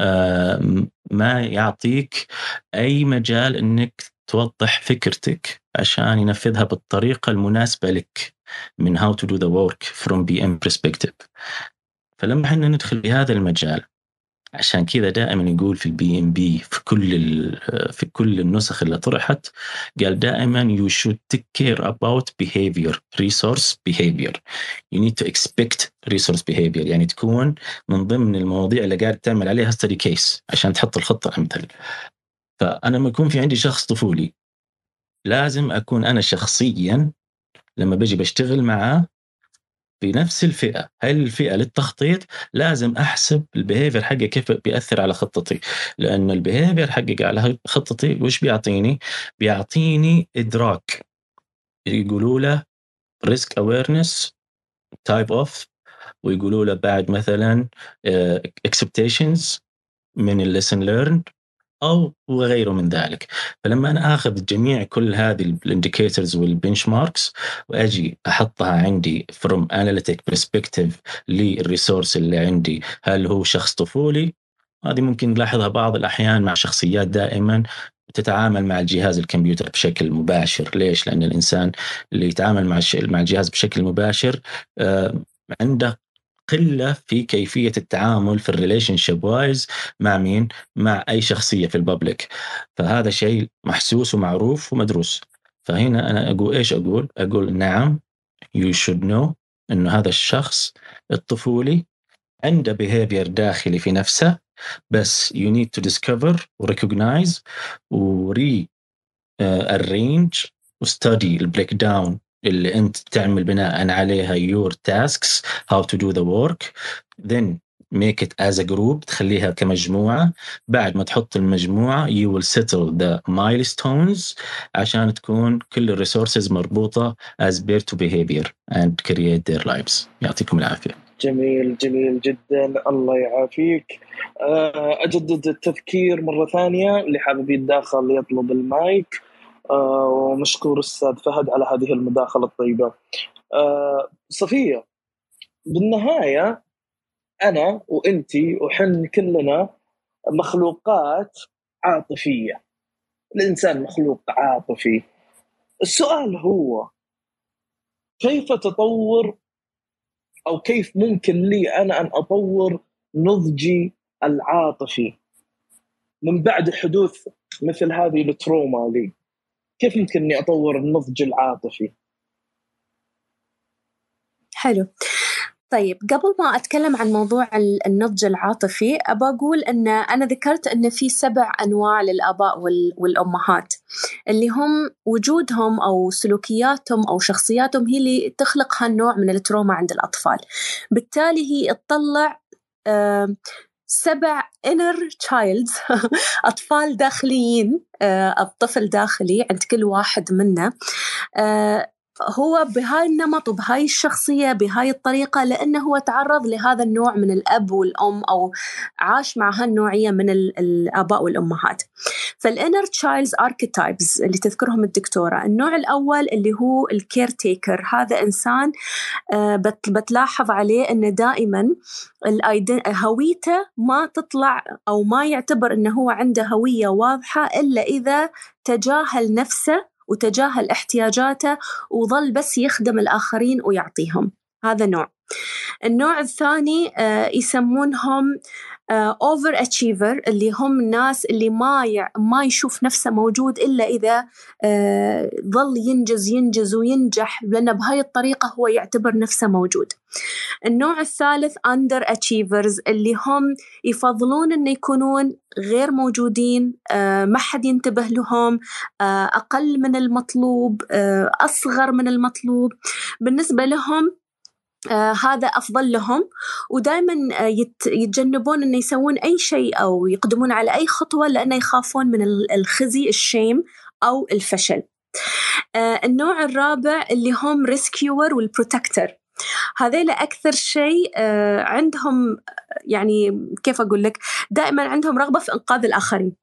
ما يعطيك أي مجال إنك توضح فكرتك عشان ينفذها بالطريقة المناسبة لك من how to do the work from BM perspective. فلما احنا ندخل في هذا المجال، عشان كذا دائما يقول في البي ام بي في كل النسخ اللي طرحت، قال دائما you should take care about behavior, resource behavior. You need to expect resource behavior، يعني تكون من ضمن المواضيع اللي قاعد تعمل عليها study case عشان تحط الخطة أمثل. فأنا لما يكون في عندي شخص طفولي، لازم أكون أنا شخصيا لما بجي بشتغل معاه في نفس الفئة، هاي الفئة للتخطيط، لازم أحسب البيهيفير حقه كيف بيأثر على خطتي. لأن البيهيفير حقه على خطتي وش بيعطيني إدراك، يقولوا له risk awareness type of، ويقولوا له بعد مثلا expectations من lesson learned أو وغيره من ذلك. فلما أنا أخذ جميع كل هذه الانديكيتورز والبنشماركس وأجي أحطها عندي from analytic perspective للريسورس اللي عندي، هل هو شخص طفولي؟ هذه ممكن نلاحظها بعض الأحيان مع شخصيات دائما تتعامل مع الجهاز الكمبيوتر بشكل مباشر. ليش؟ لأن الإنسان اللي يتعامل مع الجهاز بشكل مباشر عنده قلة في كيفية التعامل في الريليشنشيب وايز مع مين؟ مع أي شخصية في البابليك. فهذا شيء محسوس ومعروف ومدروس. فهنا أنا أقول نعم you should know إنه هذا الشخص الطفولي عنده behavior داخلي في نفسه، بس you need to discover و recognize و arrange و study البريك داون اللي أنت تعمل بناء عليها your tasks, how to do the work, then make it as a group، تخليها كمجموعة. بعد ما تحط المجموعة you will settle the milestones عشان تكون كل الريسورسز مربوطة as per to behavior and create their lives. يعطيكم العافية. جميل جدا، الله يعافيك. أجدد التذكير مرة ثانية، اللي حابب يتداخل يطلب المايك. ومشكور أستاذ فهد على هذه المداخلة الطيبة. صفية، بالنهاية أنا وإنتي وحن كلنا مخلوقات عاطفية، الإنسان مخلوق عاطفي. السؤال هو كيف تطور أو كيف ممكن لي أنا أن أطور نضجي العاطفي من بعد حدوث مثل هذه التروما لي؟ كيف ممكن أني أطور النضج العاطفي؟ حلو. طيب، قبل ما أتكلم عن موضوع النضج العاطفي، أبى أقول أن أنا ذكرت أن في 7 أنواع للآباء والأمهات، اللي هم وجودهم أو سلوكياتهم أو شخصياتهم هي اللي تخلق هالنوع من التروما عند الأطفال. بالتالي هي تطلع 7 inner childs أطفال داخليين، الطفل داخلي عند كل واحد منا هو بهاي النمط وبهاي الشخصية بهاي الطريقة، لأنه هو تعرض لهذا النوع من الأب والأم أو عاش مع هالنوعية من الآباء والأمهات. فالinner childs archetypes اللي تذكرهم الدكتورة، النوع الأول اللي هو الكير تيكر. هذا إنسان بتلاحظ عليه أنه دائما هويته ما تطلع أو ما يعتبر أنه هو عنده هوية واضحة إلا إذا تجاهل نفسه وتجاهل احتياجاته وظل بس يخدم الآخرين ويعطيهم. هذا نوع. النوع الثاني يسمونهم overachiever، اللي هم الناس اللي ما يشوف نفسه موجود إلا إذا ظل ينجز وينجح، لأنه بهاي الطريقة هو يعتبر نفسه موجود. النوع الثالث underachievers، اللي هم يفضلون أن يكونون غير موجودين، ما حد ينتبه لهم، أقل من المطلوب، أصغر من المطلوب. بالنسبة لهم هذا أفضل لهم، ودائما يتجنبون أن يسوون أي شيء أو يقدمون على أي خطوة لأنه يخافون من الخزي، الشيم أو الفشل. النوع الرابع اللي هم rescuer والprotector. هذيلا أكثر شيء عندهم، يعني كيف أقول لك، دائما عندهم رغبة في إنقاذ الآخرين.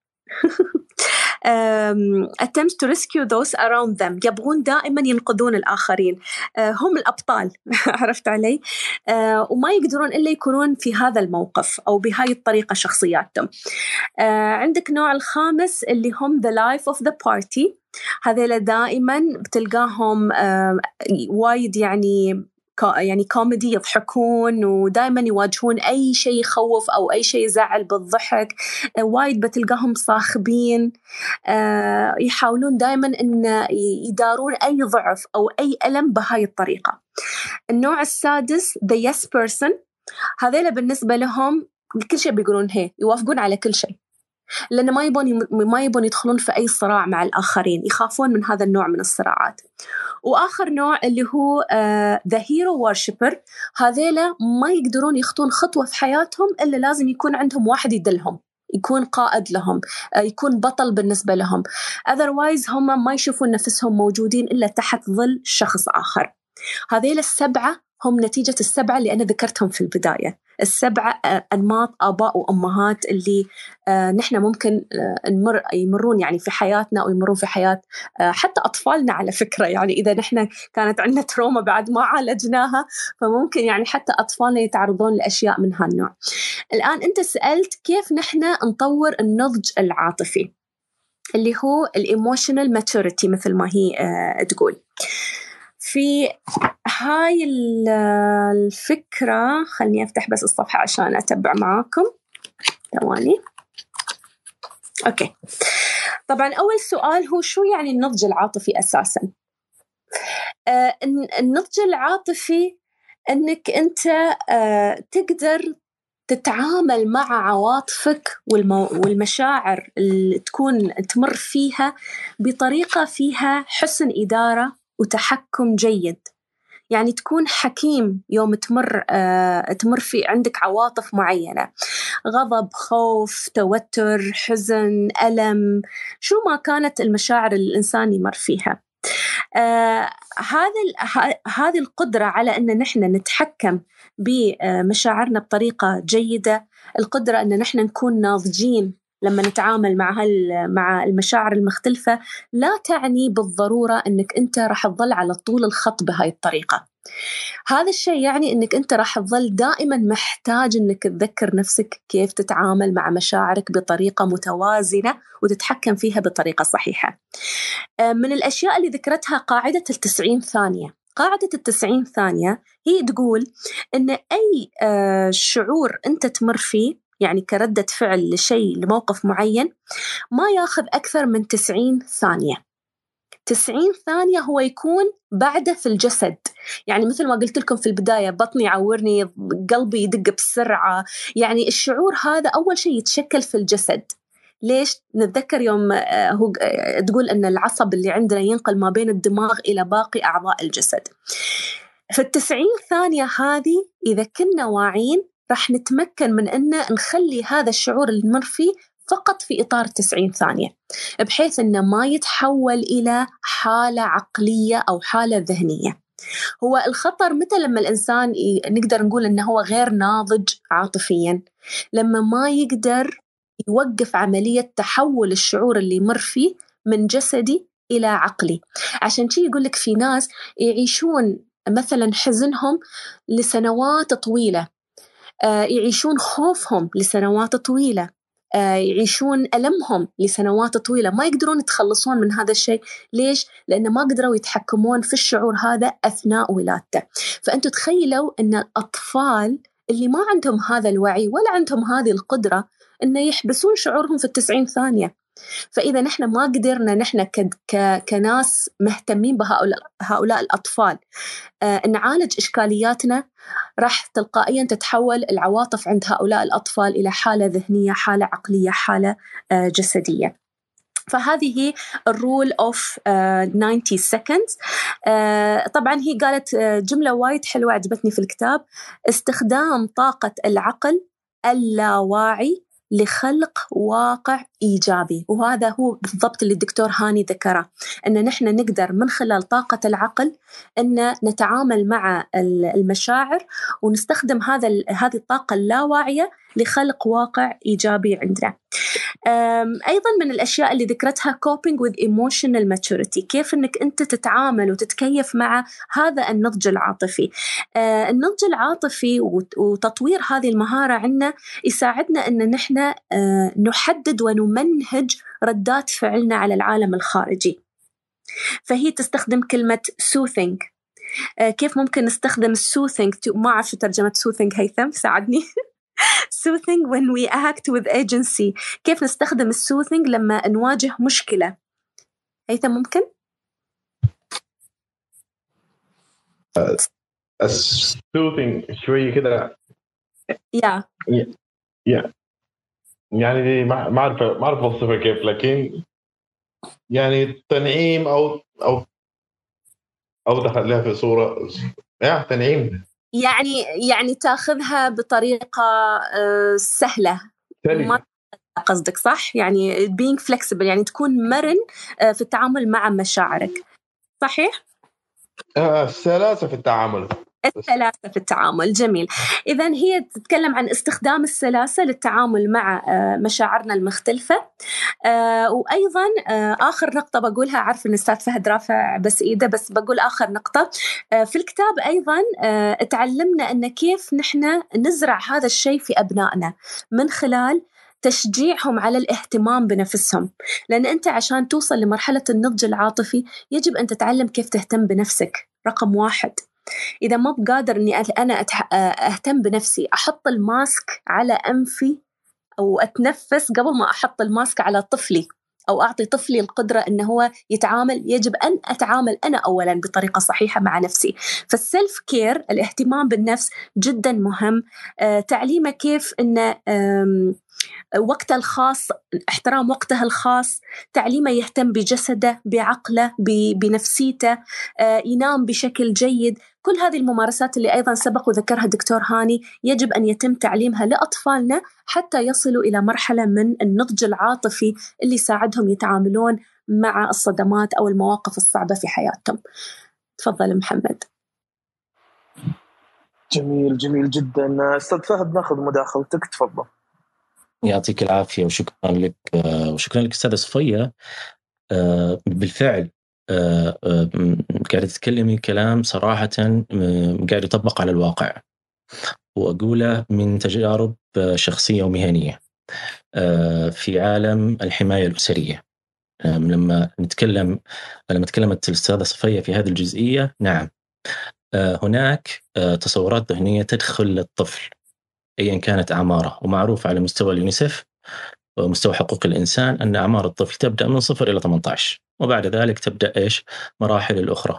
attempts to rescue those around them، يبغون دائما ينقذون الآخرين، هم الأبطال. عرفت علي؟ وما يقدرون إلا يكونون في هذا الموقف أو بهاي الطريقة شخصياتهم. عندك نوع الخامس اللي هم the life of the party، هذيلا دائما بتلقاهم وايد يعني كوميدي، يضحكون ودائما يواجهون أي شيء يخوف أو أي شيء يزعل بالضحك. وايد بتلقاهم صاخبين، يحاولون دائما أن يدارون أي ضعف أو أي ألم بهاي الطريقة. النوع السادس the yes person، هذيلا بالنسبة لهم كل شيء بيقولون هي، يوافقون على كل شيء، لأن ما يبون يدخلون في أي صراع مع الآخرين، يخافون من هذا النوع من الصراعات. وآخر نوع اللي هو the hero worshipper، هذيلا ما يقدرون يخطون خطوة في حياتهم إلا لازم يكون عندهم واحد يدلهم، يكون قائد لهم، يكون بطل بالنسبة لهم. otherwise هم ما يشوفون نفسهم موجودين إلا تحت ظل شخص آخر. هذيلا السبعة هم نتيجة السبعة اللي أنا ذكرتهم في البداية، السبعة أنماط آباء وأمهات اللي نحن ممكن يمرون يعني في حياتنا أو يمرون في حياة حتى أطفالنا على فكرة. يعني إذا نحن كانت عندنا تروما بعد ما عالجناها، فممكن يعني حتى أطفالنا يتعرضون لأشياء من هالنوع. الآن أنت سألت كيف نحن نطور النضج العاطفي اللي هو الإيموشنال ماتوريتي مثل ما هي تقول. في هاي الفكرة خلني أفتح بس الصفحة عشان أتبع معاكم ثواني. أوكي، طبعا أول سؤال هو شو يعني النضج العاطفي أساساً؟ النضج العاطفي أنك أنت تقدر تتعامل مع عواطفك والمشاعر اللي تكون تمر فيها بطريقة فيها حسن إدارة وتحكم جيد. يعني تكون حكيم يوم تمر في عندك عواطف معينة، غضب، خوف، توتر، حزن، ألم، شو ما كانت المشاعر اللي الإنسان يمر فيها. هذه القدرة على أن نحن نتحكم بمشاعرنا بطريقة جيدة، القدرة أن نحن نكون ناضجين لما نتعامل مع المشاعر المختلفة، لا تعني بالضرورة أنك أنت راح تظل على طول الخط بهاي الطريقة. هذا الشيء يعني أنك أنت راح تظل دائما محتاج أنك تذكر نفسك كيف تتعامل مع مشاعرك بطريقة متوازنة وتتحكم فيها بطريقة صحيحة. من الأشياء اللي ذكرتها قاعدة 90 ثانية. قاعدة 90 ثانية هي تقول أن أي شعور أنت تمر فيه، يعني كردة فعل لشيء لموقف معين، ما ياخذ أكثر من 90 ثانية. 90 ثانية هو يكون بعده في الجسد. يعني مثل ما قلت لكم في البداية، بطني يعورني، قلبي يدق بسرعة، يعني الشعور هذا أول شيء يتشكل في الجسد. ليش؟ نتذكر يوم هو تقول أن العصب اللي عندنا ينقل ما بين الدماغ إلى باقي أعضاء الجسد. في 90 ثانية هذه إذا كنا واعين راح نتمكن من أن نخلي هذا الشعور اللي نمر فيه فقط في إطار 90 ثانية، بحيث أنه ما يتحول إلى حالة عقلية أو حالة ذهنية. هو الخطر متى لما الإنسان نقدر نقول أنه هو غير ناضج عاطفياً؟ لما ما يقدر يوقف عملية تحول الشعور اللي يمر فيه من جسدي إلى عقلي. عشان شي يقول لك في ناس يعيشون مثلا حزنهم لسنوات طويلة، يعيشون خوفهم لسنوات طويلة، يعيشون ألمهم لسنوات طويلة، ما يقدرون يتخلصون من هذا الشيء. ليش؟ لأنه ما قدروا يتحكمون في الشعور هذا أثناء ولادته. فأنتوا تخيلوا أن الأطفال اللي ما عندهم هذا الوعي ولا عندهم هذه القدرة أن يحبسون شعورهم في 90 ثانية. فإذا نحن ما قدرنا نحن كناس مهتمين بهؤلاء الأطفال نعالج إشكالياتنا، راح تلقائيا تتحول العواطف عند هؤلاء الأطفال إلى حالة ذهنية، حالة عقلية، حالة جسدية. فهذه هي الرول أوف 90 seconds. طبعا هي قالت جملة وايد حلوة عجبتني في الكتاب: استخدام طاقة العقل اللاواعي لخلق واقع إيجابي. وهذا هو بالضبط اللي الدكتور هاني ذكره، أن نحن نقدر من خلال طاقة العقل أن نتعامل مع المشاعر ونستخدم هذه الطاقة اللاواعية لخلق واقع إيجابي عندنا. أيضاً من الأشياء اللي ذكرتها coping with emotional maturity، كيف أنك أنت تتعامل وتتكيف مع هذا النضج العاطفي. النضج العاطفي وتطوير هذه المهارة عندنا يساعدنا أن نحن نحدد ونمنهج ردات فعلنا على العالم الخارجي. فهي تستخدم كلمة soothing. كيف ممكن نستخدم soothing؟ ما أعرف ترجمة soothing، هيثم ساعدني. soothing when we act with agency. كيف نستخدم الsoothing لما نواجه مشكلة؟ هيثم ممكن؟ soothing شوي كده. يعني ما أعرف أوصفها كيف، لكن يعني تنعيم أو دخلها في صورة تنعيم. يعني تاخذها بطريقة سهلة. ما قصدك صح؟ يعني being flexible، يعني تكون مرن في التعامل مع مشاعرك. صحيح؟ السلاسة في التعامل. السلاسة في التعامل، جميل. إذن هي تتكلم عن استخدام السلاسة للتعامل مع مشاعرنا المختلفة. وأيضاً آخر نقطة بقولها، عارف أن الأستاذ فهد رافع بس إيده، بس بقول آخر نقطة في الكتاب أيضاً تعلمنا أن كيف نحن نزرع هذا الشيء في أبنائنا من خلال تشجيعهم على الاهتمام بنفسهم. لأن أنت عشان توصل لمرحلة النضج العاطفي يجب أن تتعلم كيف تهتم بنفسك. رقم 1، إذا ما بقادر أني أنا أهتم بنفسي، أحط الماسك على أنفي أو أتنفس قبل ما أحط الماسك على طفلي، أو أعطي طفلي القدرة أنه هو يتعامل، يجب أن أتعامل أنا أولاً بطريقة صحيحة مع نفسي. فالسلف كير، الاهتمام بالنفس جداً مهم. تعليمه كيف أن وقته الخاص، احترام وقته الخاص، تعليمه يهتم بجسده، بعقله، بنفسيته، ينام بشكل جيد. كل هذه الممارسات اللي أيضا سبق وذكرها الدكتور هاني يجب أن يتم تعليمها لأطفالنا حتى يصلوا إلى مرحلة من النضج العاطفي اللي يساعدهم يتعاملون مع الصدمات أو المواقف الصعبة في حياتهم. تفضل محمد. جميل جدا. أستاذ فهد، ناخذ مداخلتك، تفضل. يعطيك العافية وشكرا لك، وشكرا لك أستاذة صفية. بالفعل قاعدة تتكلمي كلام صراحة قاعد يطبق على الواقع، وأقوله من تجارب شخصية ومهنية في عالم الحماية الأسرية. لما تكلمت الأستاذة صفية في هذه الجزئية، نعم هناك تصورات ذهنية تدخل للطفل أيا كانت أعماره، ومعروف على مستوى اليونيسف ومستوى حقوق الإنسان أن أعمار الطفل تبدأ من 0 إلى 18، وبعد ذلك تبدأ مراحل الأخرى.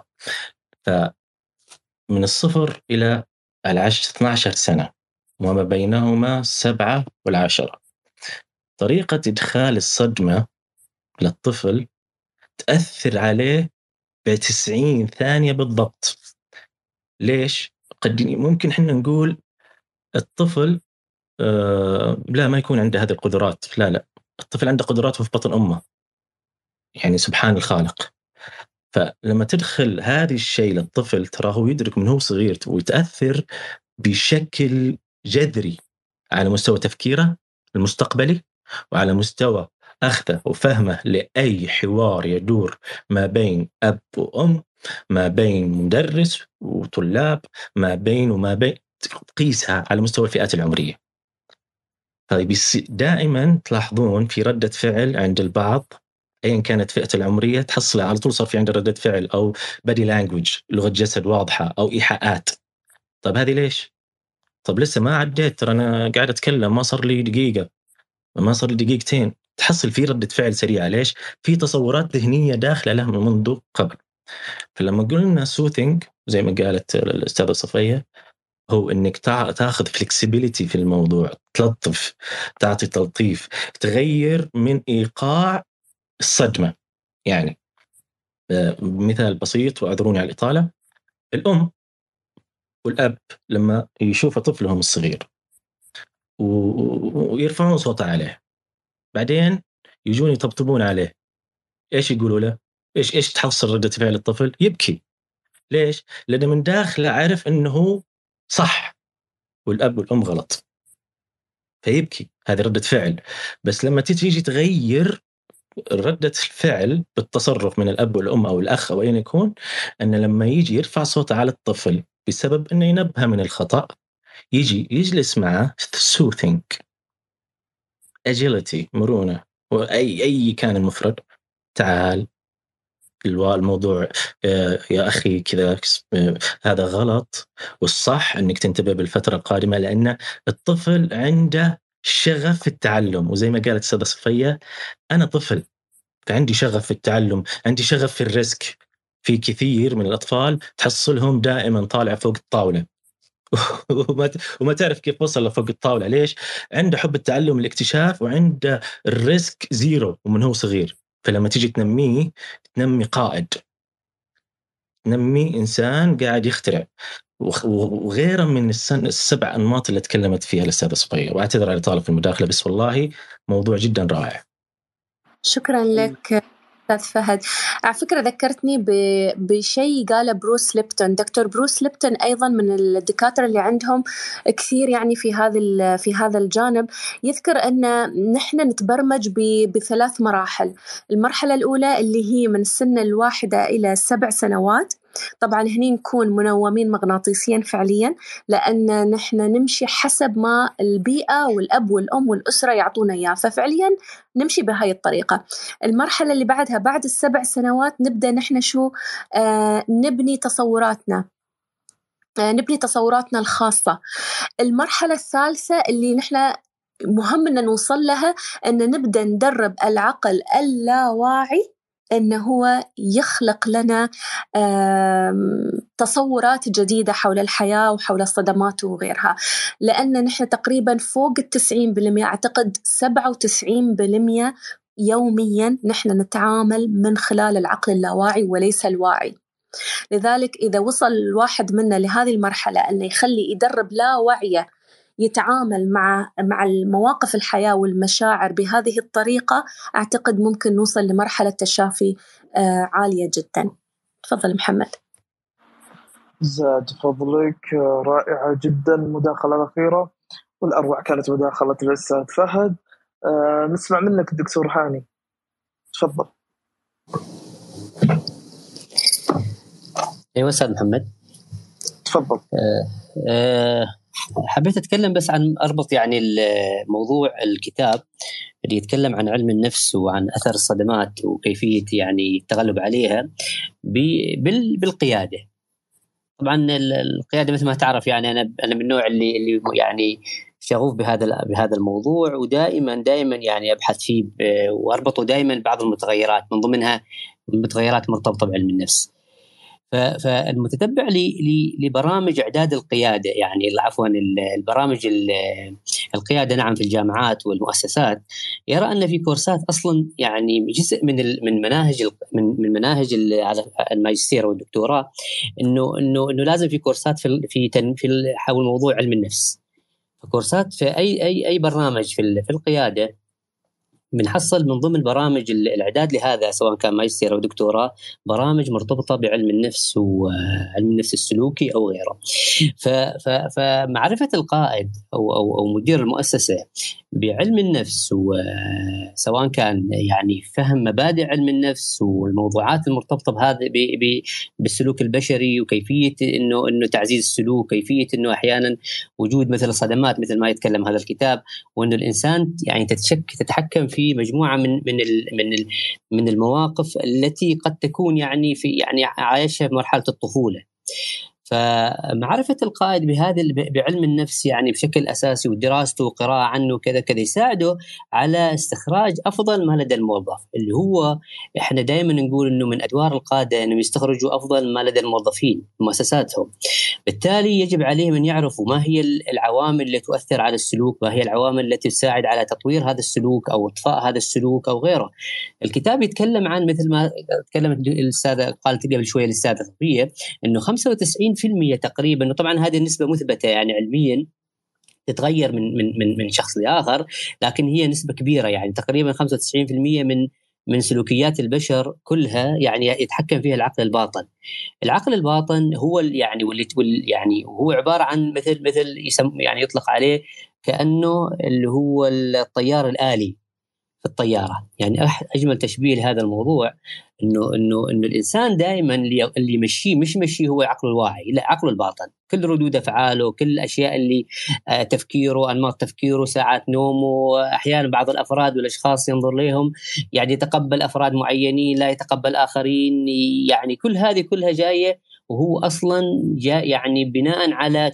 فمن 0 إلى 12 سنة وما بينهما 7 و10، طريقة إدخال الصدمة للطفل تأثر عليه ب90 ثانية بالضبط. ليش؟ ممكن إحنا نقول الطفل لا ما يكون عنده هذه القدرات، لا الطفل عنده قدراته في بطن أمه، يعني سبحان الخالق. فلما تدخل هذه الشيء للطفل تراه يدرك من هو صغير ويتأثر بشكل جذري على مستوى تفكيره المستقبلي، وعلى مستوى أخذه وفهمه لأي حوار يدور ما بين أب وأم، ما بين مدرس وطلاب، ما بين تقيسها على مستوى الفئات العمرية. طيب دائما تلاحظون في ردة فعل عند البعض أيا كانت فئة العمرية تحصلها على طول صار في عنده ردة فعل أو body language، لغة جسد واضحة أو إيحاءات. طيب هذه ليش؟ طب لسه ما عديت، ترى أنا قاعد أتكلم، ما صار لي دقيقة، ما صار لي دقيقتين، تحصل في ردة فعل سريعة. ليش؟ في تصورات ذهنية داخلة له منذ قبل. فلما قلنا soothing زي ما قالت الأستاذة صفية، هو إنك تأخذ flexibility في الموضوع، تلطف، تعطي تلطيف، تغير من إيقاع الصدمة. يعني مثال بسيط وأعذروني على الإطالة، الأم والأب لما يشوف طفلهم الصغير ويرفعون صوته عليه، بعدين يجون يطبطبون عليه، ايش يقولوا له؟ ايش تحصل ردة فعل الطفل؟ يبكي. ليش؟ لأنه من داخله عارف انه صح والاب والام غلط، فيبكي. هذه ردة فعل. بس لما تيجي تغير ردة الفعل بالتصرف من الاب والام او الاخ او اين يكون، ان لما يجي يرفع صوته على الطفل بسبب انه ينبهه من الخطأ، يجي يجلس معه soothing agility مرونة، واي كان المفرد، تعال الموضوع يا أخي كذا، هذا غلط، والصح أنك تنتبه بالفترة القادمة، لأن الطفل عنده شغف في التعلم. وزي ما قالت السيدة صفية، أنا طفل فعندي شغف في التعلم، عندي شغف في الريسك. في كثير من الأطفال تحصلهم دائما طالع فوق الطاولة وما تعرف كيف وصل لفوق الطاولة. ليش؟ عنده حب التعلم والاكتشاف، وعنده الريسك زيرو ومن هو صغير. فلما تيجي تنميه، تنمي قائد، تنمي إنسان قاعد يخترع، وغيره من السبع أنماط اللي تكلمت فيها الأستاذة صفية. وأعتذر على طالب المداخلة، بس والله موضوع جدا رائع. شكرا لك أستاذ فهد. على فكرة ذكرتني بشيء قاله بروس ليبتون. دكتور بروس ليبتون أيضا من الدكاترة اللي عندهم كثير يعني في هذا الجانب. يذكر أن نحن نتبرمج بثلاث مراحل. المرحلة الأولى اللي هي من السن 1 إلى 7 سنوات. طبعاً هني نكون منومين مغناطيسياً فعلياً، لأن نحن نمشي حسب ما البيئة والأب والأم والأسرة يعطونا إياه، ففعلياً نمشي بهاي الطريقة. المرحلة اللي بعدها بعد 7 سنوات نبدأ نحن نبني تصوراتنا، نبني تصوراتنا الخاصة. المرحلة الثالثة اللي نحن مهم أن نوصل لها، أن نبدأ ندرب العقل اللاواعي أنه هو يخلق لنا تصورات جديدة حول الحياة وحول الصدمات وغيرها. لأن نحن تقريباً فوق 90%، أعتقد 97% يومياً نحن نتعامل من خلال العقل اللاواعي وليس الواعي. لذلك إذا وصل الواحد منا لهذه المرحلة أنه يدرب لا وعيه يتعامل مع المواقف الحياة والمشاعر بهذه الطريقة، أعتقد ممكن نوصل لمرحلة تشافي عالية جدا. تفضل محمد. زاد فضلك، رائعة جدا المداخلة الأخيرة، والأروع كانت مداخلة الأستاذ فهد. نسمع منك الدكتور هاني، تفضل. ايوه استاذ محمد، تفضل. حبيت اتكلم بس عن اربط يعني الموضوع الكتاب اللي يتكلم عن علم النفس وعن اثر الصدمات وكيفيه يعني التغلب عليها بالقياده. طبعا القياده مثل ما تعرف يعني انا من النوع اللي يعني شغوف بهذا الموضوع، ودائما يعني ابحث فيه واربطه دائما بعض المتغيرات، من ضمنها المتغيرات مرتبطه بعلم النفس. فالمتتبع لبرامج اعداد القياده، يعني عفوا البرامج القياده نعم في الجامعات والمؤسسات، يرى ان في كورسات اصلا يعني جزء من مناهج الماجستير والدكتوراه، انه لازم في كورسات في حول موضوع علم النفس. كورسات في اي برنامج في القياده بنحصل من ضمن برامج الاعداد لهذا، سواء كان ماجستير او دكتوراه، برامج مرتبطه بعلم النفس وعلم النفس السلوكي او غيره. فمعرفه القائد او مدير المؤسسه بعلم النفس، وسواء كان يعني فهم مبادئ علم النفس والموضوعات المرتبطه بهذا بالسلوك البشري، وكيفيه انه تعزيز السلوك، كيفيه انه احيانا وجود مثل الصدمات مثل ما يتكلم هذا الكتاب، وانه الانسان يعني تتحكم في مجموعه من المواقف التي قد تكون يعني عايشها في مرحله الطفوله. فمعرفة القائد بعلم النفس يعني بشكل أساسي، ودراسته وقراءة عنه كذا يساعده على استخراج أفضل ما لدى الموظف، اللي هو إحنا دائما نقول إنه من أدوار القادة إنه يستخرجوا أفضل ما لدى الموظفين مؤسساتهم. بالتالي يجب عليهم أن يعرفوا ما هي العوامل اللي تؤثر على السلوك، ما هي العوامل التي تساعد على تطوير هذا السلوك أو إطفاء هذا السلوك أو غيره. الكتاب يتكلم عن مثل ما تكلمت الأستاذة، قالت قبل شوية الأستاذة صفية، إنه 95% تقريبا، وطبعا هذه النسبة مثبتة يعني علميا، تتغير من شخص لآخر، لكن هي نسبة كبيرة، يعني تقريبا 95% من سلوكيات البشر كلها يعني يتحكم فيها العقل الباطن. العقل الباطن هو يعني يعني هو عبارة عن مثل يعني يطلق عليه كأنه اللي هو الطيار الآلي في الطيارة. يعني أجمل تشبيه لهذا الموضوع إنه الإنسان دائما اللي يمشيه مش يمشيه هو عقله الواعي، لا، عقله الباطن. كل ردود أفعاله، كل الأشياء اللي تفكيره، أنماط تفكيره، ساعات نومه، أحيانا بعض الأفراد والأشخاص ينظر لهم يعني يتقبل أفراد معينين، لا يتقبل آخرين. يعني كل هذه كلها جاية وهو أصلا جاء يعني بناء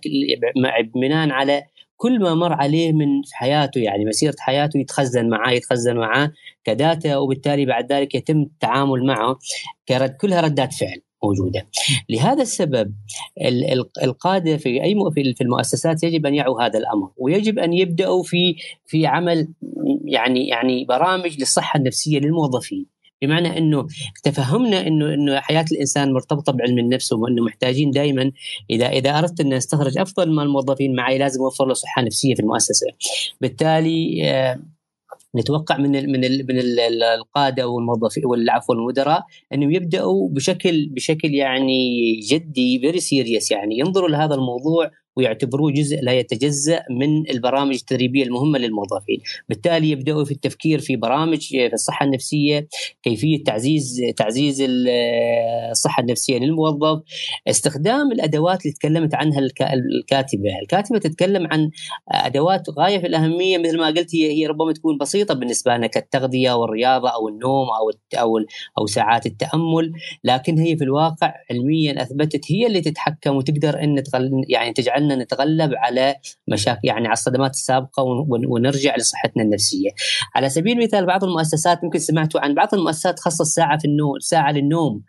على كل ما مر عليه من حياته، يعني مسيرة حياته يتخزن معاه كداتا، وبالتالي بعد ذلك يتم التعامل معه كلها ردات فعل موجودة. لهذا السبب القادة في المؤسسات يجب أن يعوا هذا الأمر، ويجب أن يبدأوا في عمل يعني برامج للصحة النفسية للموظفين، بمعنى انه تفهمنا انه حياه الانسان مرتبطه بعلم النفس، وانه محتاجين دائما اذا اردت ان استخرج افضل ما الموظفين معي لازم اوفر له صحه نفسيه في المؤسسه. بالتالي نتوقع من القاده والموظفين والعفو المدراء انهم يبداوا بشكل يعني جدي very serious، يعني ينظروا لهذا الموضوع ويعتبروه جزء لا يتجزأ من البرامج التدريبية المهمة للموظفين. بالتالي يبدأوا في التفكير في برامج في الصحة النفسية، كيفية تعزيز الصحة النفسية للموظف، استخدام الأدوات اللي تكلمت عنها الكاتبة تتكلم عن أدوات غاية في الأهمية، مثل ما قلت هي ربما تكون بسيطة بالنسبة لنا كالتغذية والرياضة أو النوم أو ساعات التأمل، لكن هي في الواقع علميا أثبتت هي اللي تتحكم وتقدر أن يعني تجعلنا نتغلب على مشاكل، يعني على الصدمات السابقة، ونرجع لصحتنا النفسية. على سبيل المثال بعض المؤسسات، ممكن سمعتوا عن بعض المؤسسات خصص ساعة للنوم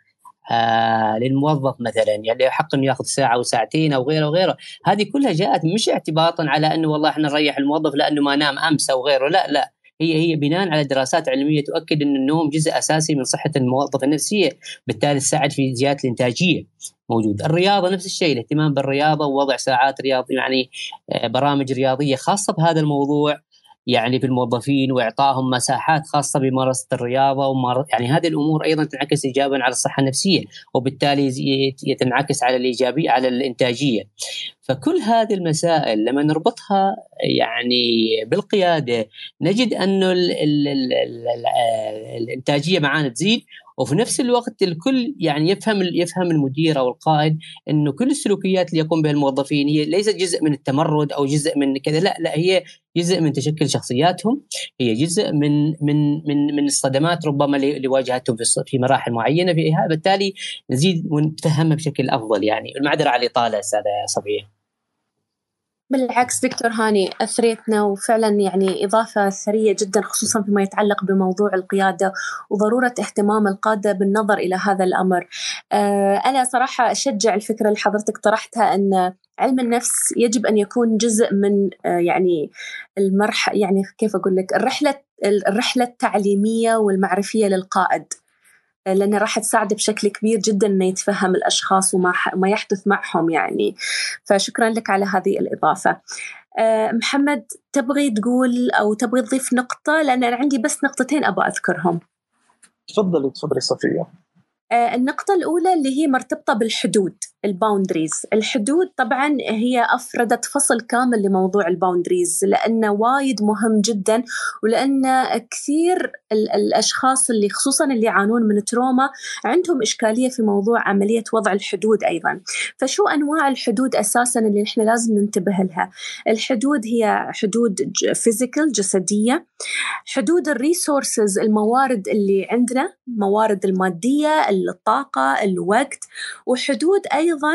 للموظف مثلا، يعني يحق انه ياخذ ساعه وساعتين او غيره. هذه كلها جاءت مش اعتباطا على انه والله احنا نريح الموظف لانه ما نام امس او غيره، لا، هي بناء على دراسات علميه تؤكد ان النوم جزء اساسي من صحه الموظف النفسيه، بالتالي تساعد في زياده الانتاجيه. موجود الرياضه نفس الشيء، الاهتمام بالرياضه ووضع ساعات رياضيه، يعني برامج رياضيه خاصه بهذا الموضوع يعني في الموظفين، واعطائهم مساحات خاصه بممارسه الرياضه يعني هذه الامور ايضا تنعكس ايجابا على الصحه النفسيه، وبالتالي تنعكس على الايجابيه على الانتاجيه. فكل هذه المسائل لما نربطها يعني بالقياده نجد انه الانتاجيه معانا تزيد، وفي نفس الوقت الكل يعني يفهم المدير او القائد انه كل السلوكيات اللي يقوم بها الموظفين هي ليست جزء من التمرد او جزء من كذا، لا هي جزء من تشكل شخصياتهم، هي جزء من الصدمات ربما اللي واجهتهم في مراحل معينه فيها، بالتالي نزيد ونتفهمها بشكل افضل. يعني المعذره على الاطاله استاذ صبيه. بالعكس دكتور هاني، أثريتنا وفعلا يعني إضافة ثرية جدا، خصوصا فيما يتعلق بموضوع القيادة وضرورة اهتمام القادة بالنظر إلى هذا الأمر. أنا صراحة أشجع الفكرة اللي حضرتك طرحتها أن علم النفس يجب أن يكون جزء من يعني يعني كيف أقول لك الرحلة التعليمية والمعرفية للقائد، لأنه راح تساعد بشكل كبير جدا أنه يتفهم الأشخاص وما يحدث معهم يعني. فشكرا لك على هذه الإضافة. محمد، تبغي تقول أو تبغي تضيف نقطة؟ لأن أنا عندي بس نقطتين أبغى أذكرهم. تفضلي صفية. النقطة الأولى اللي هي مرتبطة بالحدود، الباوندريز. الحدود طبعاً هي أفردت فصل كامل لموضوع الباوندريز، لأنه وايد مهم جداً، ولأن كثير الأشخاص اللي خصوصاً اللي يعانون من تروما عندهم إشكالية في موضوع عملية وضع الحدود أيضاً. فشو أنواع الحدود أساساً اللي نحن لازم ننتبه لها؟ الحدود هي حدود فيزيكال جسدية، حدود الريسورسز الموارد اللي عندنا، موارد المادية، الطاقة، الوقت، وحدود أيضاً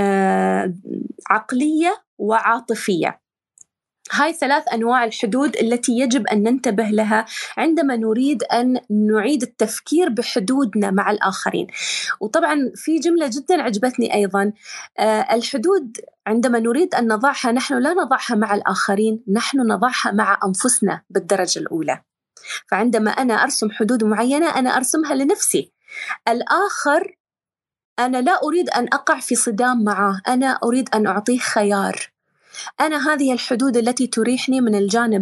عقلية وعاطفية. هاي 3 أنواع الحدود التي يجب أن ننتبه لها عندما نريد أن نعيد التفكير بحدودنا مع الآخرين. وطبعاً في جملة جداً عجبتني أيضاً، الحدود عندما نريد أن نضعها نحن لا نضعها مع الآخرين، نحن نضعها مع أنفسنا بالدرجة الأولى. فعندما أنا أرسم حدود معينة أنا أرسمها لنفسي، الآخر أنا لا أريد أن أقع في صدام معه، أنا أريد أن أعطيه خيار. أنا هذه الحدود التي تريحني من الجانب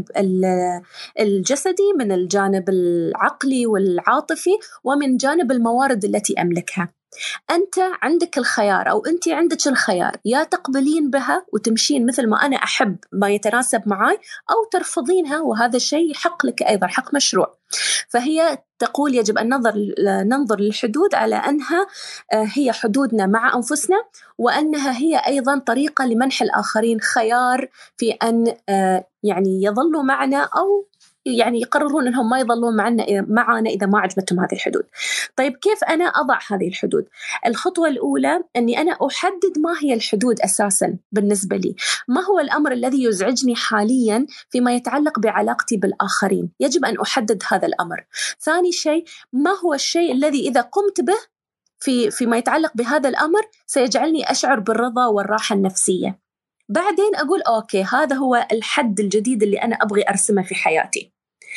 الجسدي، من الجانب العقلي والعاطفي، ومن جانب الموارد التي أملكها. أنت عندك الخيار، أو أنت عندك الخيار، يا تقبلين بها وتمشين مثل ما أنا أحب ما يتناسب معي، أو ترفضينها، وهذا الشيء حق لك أيضا، حق مشروع. فهي تقول يجب أن ننظر للحدود على أنها هي حدودنا مع أنفسنا، وأنها هي أيضا طريقة لمنح الآخرين خيار في أن يعني يظلوا معنا، أو يعني يقررون أنهم ما يظلون معنا إذا ما عجبتهم هذه الحدود. طيب كيف أنا أضع هذه الحدود؟ الخطوة الأولى أني أنا أحدد ما هي الحدود أساساً بالنسبة لي، ما هو الأمر الذي يزعجني حالياً فيما يتعلق بعلاقتي بالآخرين، يجب أن أحدد هذا الأمر. ثاني شيء، ما هو الشيء الذي إذا قمت به فيما يتعلق بهذا الأمر سيجعلني أشعر بالرضا والراحة النفسية. بعدين أقول أوكي، هذا هو الحد الجديد اللي أنا أبغي أرسمه في حياتي.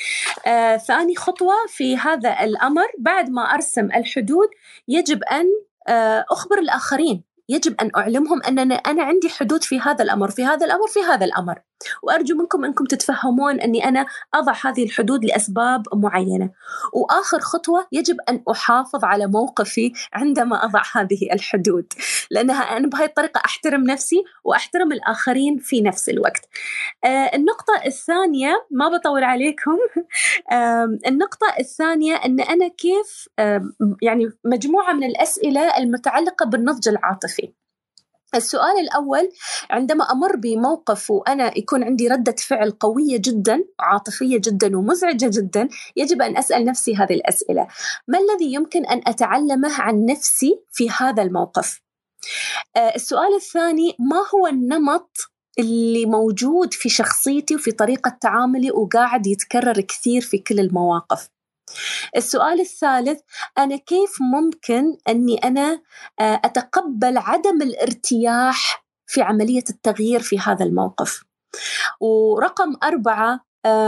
ثاني خطوة في هذا الأمر، بعد ما أرسم الحدود يجب أن أخبر الآخرين، يجب أن أعلمهم أن أنا عندي حدود في هذا الأمر، في هذا الأمر، في هذا الأمر، وأرجو منكم أنكم تتفهمون أني أنا أضع هذه الحدود لأسباب معينة. وآخر خطوة، يجب أن أحافظ على موقفي عندما أضع هذه الحدود، لأنها أنا بهاي الطريقة أحترم نفسي وأحترم الآخرين في نفس الوقت. النقطة الثانية، ما بطول عليكم، النقطة الثانية أن أنا كيف يعني مجموعة من الأسئلة المتعلقة بالنضج العاطفي. السؤال الأول، عندما أمر بموقف وأنا يكون عندي ردة فعل قوية جدا، عاطفية جدا ومزعجة جدا، يجب أن أسأل نفسي هذه الأسئلة: ما الذي يمكن أن أتعلمه عن نفسي في هذا الموقف؟ السؤال الثاني، ما هو النمط اللي موجود في شخصيتي وفي طريقة تعاملي وقاعد يتكرر كثير في كل المواقف؟ السؤال الثالث، أنا كيف ممكن أني أنا أتقبل عدم الارتياح في عملية التغيير في هذا الموقف؟ ورقم 4،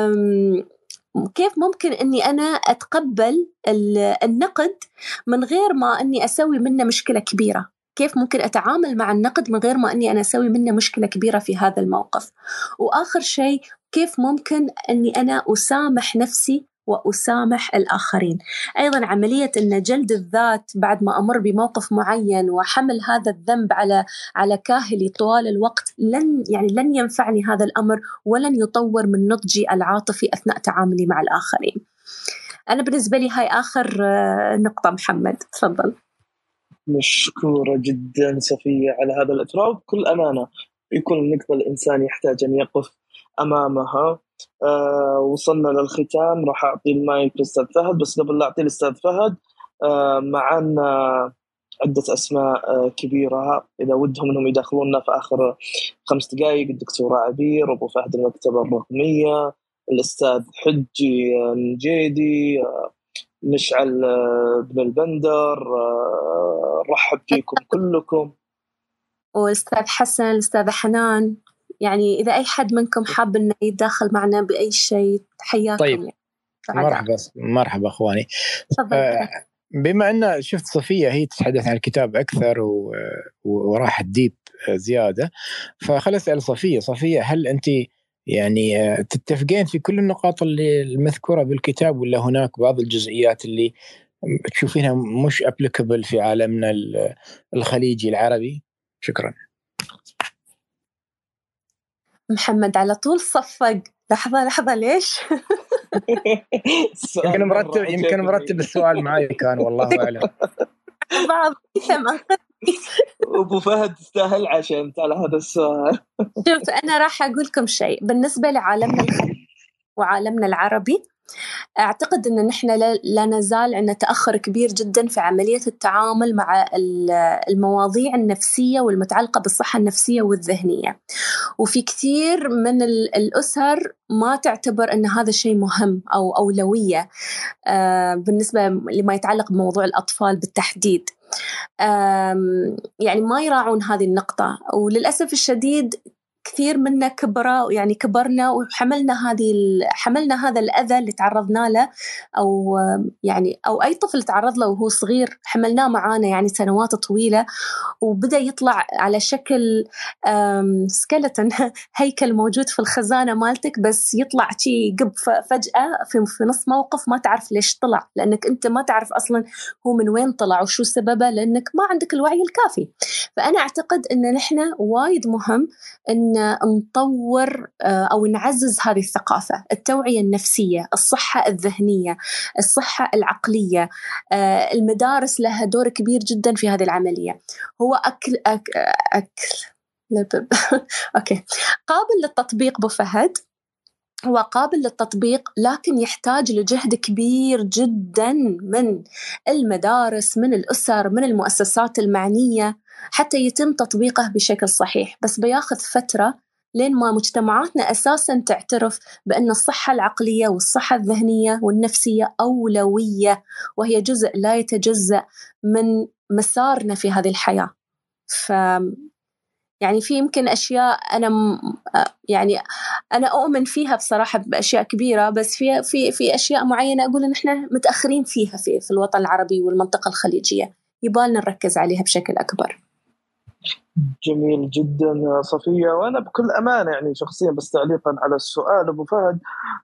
كيف ممكن أني أنا أتقبل النقد من غير ما أني أسوي منه مشكلة كبيرة؟ كيف ممكن أتعامل مع النقد من غير ما أني أنا أسوي منه مشكلة كبيرة في هذا الموقف؟ وآخر شيء، كيف ممكن أني أنا أسامح نفسي وأسامح الآخرين؟ أيضاً عملية أن جلد الذات بعد ما أمر بموقف معين وحمل هذا الذنب على كاهلي طوال الوقت لن ينفعني هذا الأمر، ولن يطور من نضجي العاطفي أثناء تعاملي مع الآخرين. أنا بالنسبة لي هاي آخر نقطة. محمد تفضل. مشكورة جدا صفية على هذا الإطراء. بكل أمانة يكون النقطة الإنسان يحتاج أن يقف أمامها. وصلنا للختام، راح أعطي المايك لأستاذ فهد، بس قبل لا أعطي لأستاذ فهد معنا عدة أسماء كبيرة إذا ودهم أنهم يدخلوننا في آخر 5 دقائق: الدكتورة عبير، أبو فهد المكتبة الرقمية، الأستاذ حجي النجيدي، مشعل بن البندر، رحب فيكم كلكم، وأستاذ حسن، الأستاذة حنان. يعني إذا أي حد منكم حاب إنه يتداخل معنا بأي شيء، حياكم. طيب مرحبا أخواني. بما أن شفت صفية هي تتحدث عن الكتاب أكثر وراح الديب زيادة، فخل أسأل صفية، هل أنت يعني تتفقين في كل النقاط اللي المذكورة بالكتاب، ولا هناك بعض الجزئيات اللي تشوفينها مش applicable في عالمنا الخليجي العربي؟ شكرا. محمد على طول صفق. لحظة ليش؟ يمكن مرتب السؤال معي كان، والله أعلم. بعض أبو فهد تستاهل عشان على هذا السؤال. شوف، أنا راح أقول لكم شيء بالنسبة لعالمنا الخليجي وعالمنا العربي. أعتقد أن نحن لا نزال عندنا تأخر كبير جدا في عملية التعامل مع المواضيع النفسية والمتعلقة بالصحة النفسية والذهنية، وفي كثير من الأسر ما تعتبر أن هذا الشيء مهم أو أولوية بالنسبة لما يتعلق بموضوع الأطفال بالتحديد. يعني ما يراعون هذه النقطة، وللأسف الشديد كثير منا يعني كبرنا وحملنا حملنا هذا الأذى اللي تعرضنا له، أو يعني أو أي طفل تعرض له وهو صغير حملناه معانا يعني سنوات طويلة، وبدأ يطلع على شكل سكيلتون هيكل موجود في الخزانة مالتك، بس يطلع شيء قب فجأة في نص موقف ما تعرف ليش طلع، لأنك أنت ما تعرف أصلاً هو من وين طلع وشو سببه، لأنك ما عندك الوعي الكافي. فأنا أعتقد أن نحن وايد مهم أن نطور أو نعزز هذه الثقافة، التوعية النفسية، الصحة الذهنية، الصحة العقلية. المدارس لها دور كبير جدا في هذه العملية. هو أكل أوكي، قابل للتطبيق أبو فهد، هو قابل للتطبيق، لكن يحتاج لجهد كبير جدا من المدارس، من الأسر، من المؤسسات المعنية، حتى يتم تطبيقه بشكل صحيح. بس بياخذ فترة لين ما مجتمعاتنا أساساً تعترف بأن الصحة العقلية والصحة الذهنية والنفسية أولوية، وهي جزء لا يتجزأ من مسارنا في هذه الحياة. يعني في يمكن أشياء يعني أنا أؤمن فيها بصراحة بأشياء كبيرة، بس في أشياء معينة أقول إن إحنا متأخرين فيها في الوطن العربي والمنطقة الخليجية، يبالنا نركز عليها بشكل أكبر. جميل جدا صفية. وأنا بكل أمانة يعني شخصيا بس تعليقا على السؤال أبو فهد،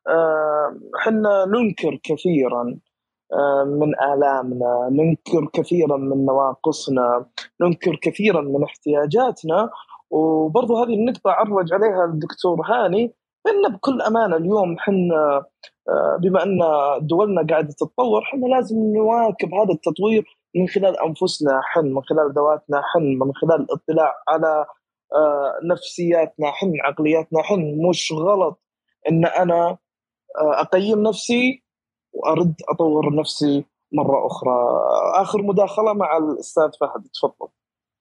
حنا ننكر كثيرا من آلامنا، ننكر كثيرا من نواقصنا، ننكر كثيرا من احتياجاتنا. وبرضو هذه النقطة عرج عليها الدكتور هاني، إن بكل أمانة اليوم حنا بما أن دولنا قاعدة تتطور، حنا لازم نواكب هذا التطوير من خلال أنفسنا، من خلال ذواتنا، من خلال الاطلاع على نفسياتنا، عقلياتنا. مش غلط إن أنا أقيم نفسي وأرد أطور نفسي مرة أخرى. آخر مداخلة مع الأستاذ فهد، تفضل.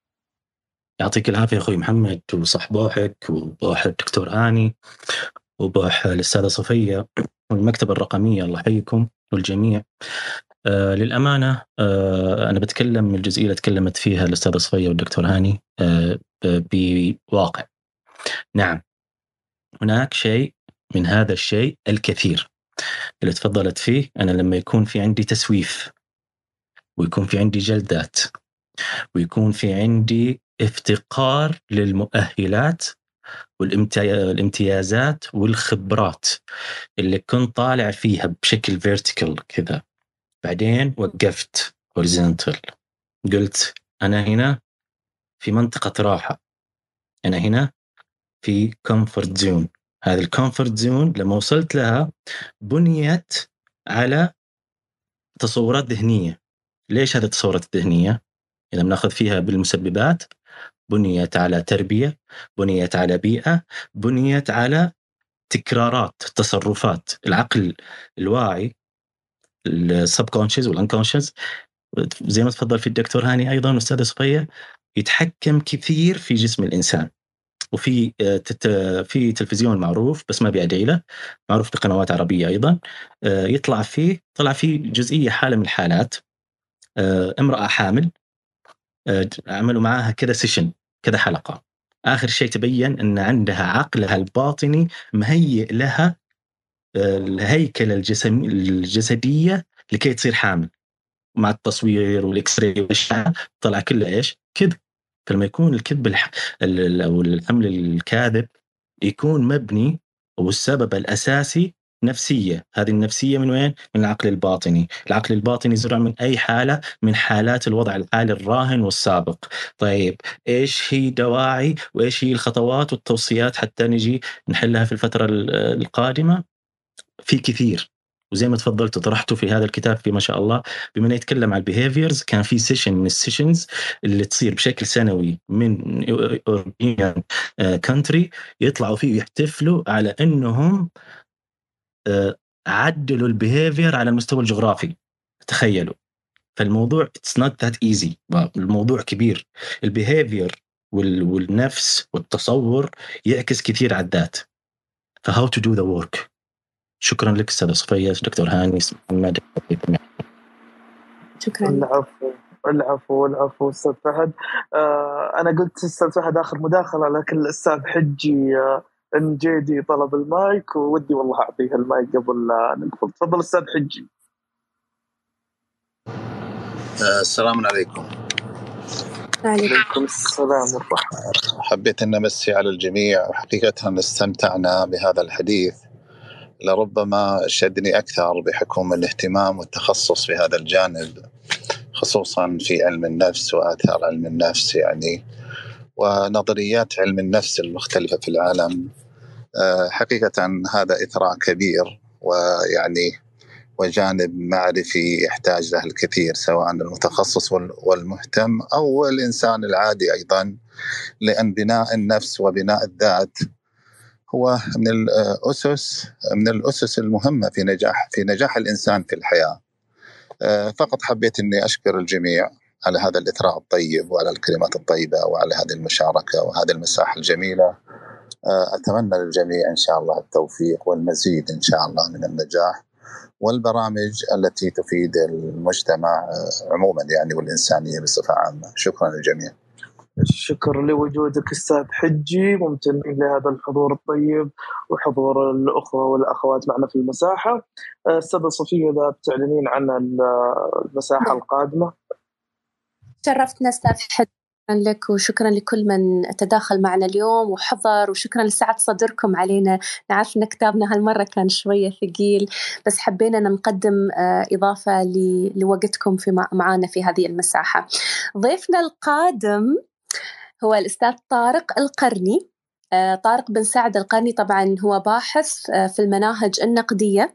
يعطيك العافية أخوي محمد، وصح بوحك وبوح الدكتور هاني وبوح الأستاذة صفية والمكتبة الرقمية، الله يحييكم والجميع. للأمانة أنا بتكلم من الجزئية اللي تكلمت فيها الأستاذة صفية والدكتور هاني بواقع. نعم، هناك شيء من هذا الشيء الكثير اللي تفضلت فيه. أنا لما يكون في عندي تسويف، ويكون في عندي جلدات، ويكون في عندي افتقار للمؤهلات والامتيازات والخبرات اللي كنت طالع فيها بشكل فيرتيكال كذا، بعدين وقفت هوريزونتال، قلت أنا هنا في منطقة راحة، أنا هنا في كومفورت زون. هذا الكومفورت زون لما وصلت لها بنيت على تصورات ذهنية. ليش هذه التصورات الذهنية؟ إذا بناخذ فيها بالمسببات، بنيت على تربية، بنيت على بيئة، بنيت على تكرارات تصرفات. العقل الواعي، السبكونشس والانكونشس، زي ما تفضل في الدكتور هاني أيضا والأستاذة صفية، يتحكم كثير في جسم الإنسان. وفي في تلفزيون معروف بس ما بيعدي له، معروف بقنوات عربية أيضا، طلع فيه جزئية، حالة من الحالات، امرأة حامل، عملوا معاها كذا سيشن، كذا حلقة. آخر شيء تبين أن عندها عقلها الباطني مهيئ لها الهيكل الجسدية لكي تصير حامل. مع التصوير والإكس راي والأشعة طلع كله إيش؟ كذب. فلما يكون الكذب أو الحمل الكاذب يكون مبني، والسبب الأساسي نفسية. هذه النفسية من وين؟ من العقل الباطني. العقل الباطني زرع من أي حالة من حالات الوضع الحالي الراهن والسابق. طيب إيش هي دواعي وإيش هي الخطوات والتوصيات حتى نجي نحلها في الفترة القادمة؟ في كثير، وزي ما تفضلت وطرحته في هذا الكتاب في ما شاء الله، بما يتكلم عن البيهيفيرز، كان في سيشن من السيشنز اللي تصير بشكل سنوي من European country، يطلعوا فيه يحتفلوا على أنهم عدلوا البيهيفير على المستوى الجغرافي. تخيلوا. فالموضوع it's not that easy، الموضوع كبير. البيهيفير والنفس والتصور يعكس كثير على الذات. فهاو to do the work. شكرا لك أستاذ صفية، دكتور هاني، محمد. شكرا. العفو أستاذ فهد. أنا قلت أستاذ فهد آخر مداخلة، لكن الأستاذ حجي جيدي طلب المايك، وودي والله أعطيه المايك قبل لا نقفل. تفضل أستاذ حجي. السلام عليكم. عليكم السلام ورحمة. حبيت أن أمسي على الجميع، وحقيقة استمتعنا بهذا الحديث. لربما شدني أكثر بحكم الاهتمام والتخصص في هذا الجانب، خصوصا في علم النفس وآثار علم النفس يعني، ونظريات علم النفس المختلفة في العالم. حقيقة هذا إثراء كبير، ويعني وجانب معرفي يحتاج له الكثير، سواء المتخصص والمهتم أو الإنسان العادي أيضا، لأن بناء النفس وبناء الذات هو من الأسس المهمة في نجاح الإنسان في الحياة. فقط حبيت أني أشكر الجميع على هذا الإثراء الطيب، وعلى الكلمات الطيبة، وعلى هذه المشاركة وهذه المساحة الجميلة. أتمنى للجميع إن شاء الله التوفيق والمزيد إن شاء الله من النجاح، والبرامج التي تفيد المجتمع عموما يعني، والإنسانية بصفة عامة. شكرا للجميع. شكرا لوجودك أستاذ حجي، ممتن لهذا الحضور الطيب وحضور الأخوة والأخوات معنا في المساحة. أستاذة صفية، إذا بتعلنين عن المساحة القادمة. شرفتنا أستاذ حجي، لك وشكرا لكل من تداخل معنا اليوم وحضر، وشكرا لسعة صدركم علينا. نعرف أن كتابنا هالمرة كان شوية ثقيل، بس حبينا أن نقدم إضافة لوقتكم معنا في هذه المساحة. ضيفنا القادم هو الأستاذ طارق القرني. طارق بن سعد القرني طبعا هو باحث في المناهج النقدية،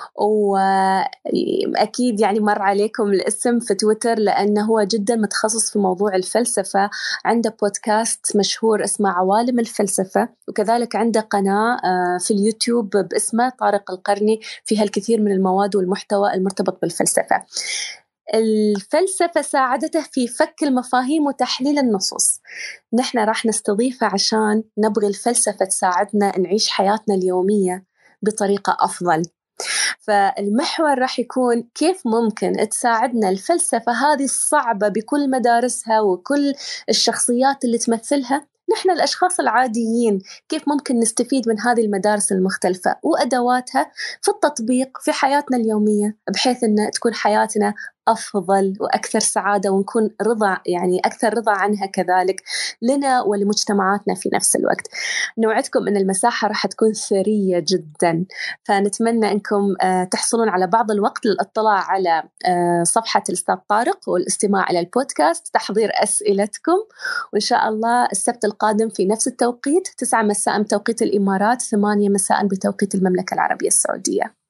وأكيد يعني مر عليكم الاسم في تويتر لأنه هو جدا متخصص في موضوع الفلسفة. عنده بودكاست مشهور اسمه عوالم الفلسفة، وكذلك عنده قناة في اليوتيوب باسمه طارق القرني، فيها الكثير من المواد والمحتوى المرتبط بالفلسفة. الفلسفة ساعدته في فك المفاهيم وتحليل النصوص. نحن راح نستضيفه عشان نبغي الفلسفة تساعدنا نعيش حياتنا اليومية بطريقة أفضل. فالمحور راح يكون كيف ممكن تساعدنا الفلسفة هذه الصعبة بكل مدارسها وكل الشخصيات اللي تمثلها، نحن الأشخاص العاديين، كيف ممكن نستفيد من هذه المدارس المختلفة وأدواتها في التطبيق في حياتنا اليومية، بحيث أن تكون حياتنا أفضل وأكثر سعادة، ونكون رضا يعني أكثر رضا عنها كذلك لنا ولمجتمعاتنا في نفس الوقت. نوعدكم أن المساحة راح تكون ثرية جدا، فنتمنى أنكم تحصلون على بعض الوقت للاطلاع على صفحة الأستاذ طارق والاستماع إلى البودكاست، تحضير أسئلتكم، وإن شاء الله السبت القادم في نفس التوقيت 9 مساء بتوقيت الإمارات، 8 مساء بتوقيت المملكة العربية السعودية.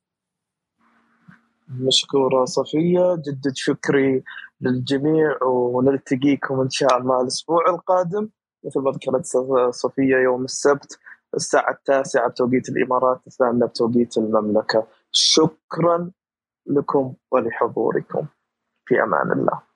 مشكورة صفية، جدد شكري للجميع، ونلتقيكم إن شاء الله الأسبوع القادم مثل ما ذكرت صفية يوم السبت الساعة 9 بتوقيت الإمارات، 8 بتوقيت المملكة. شكرا لكم ولحضوركم، في أمان الله.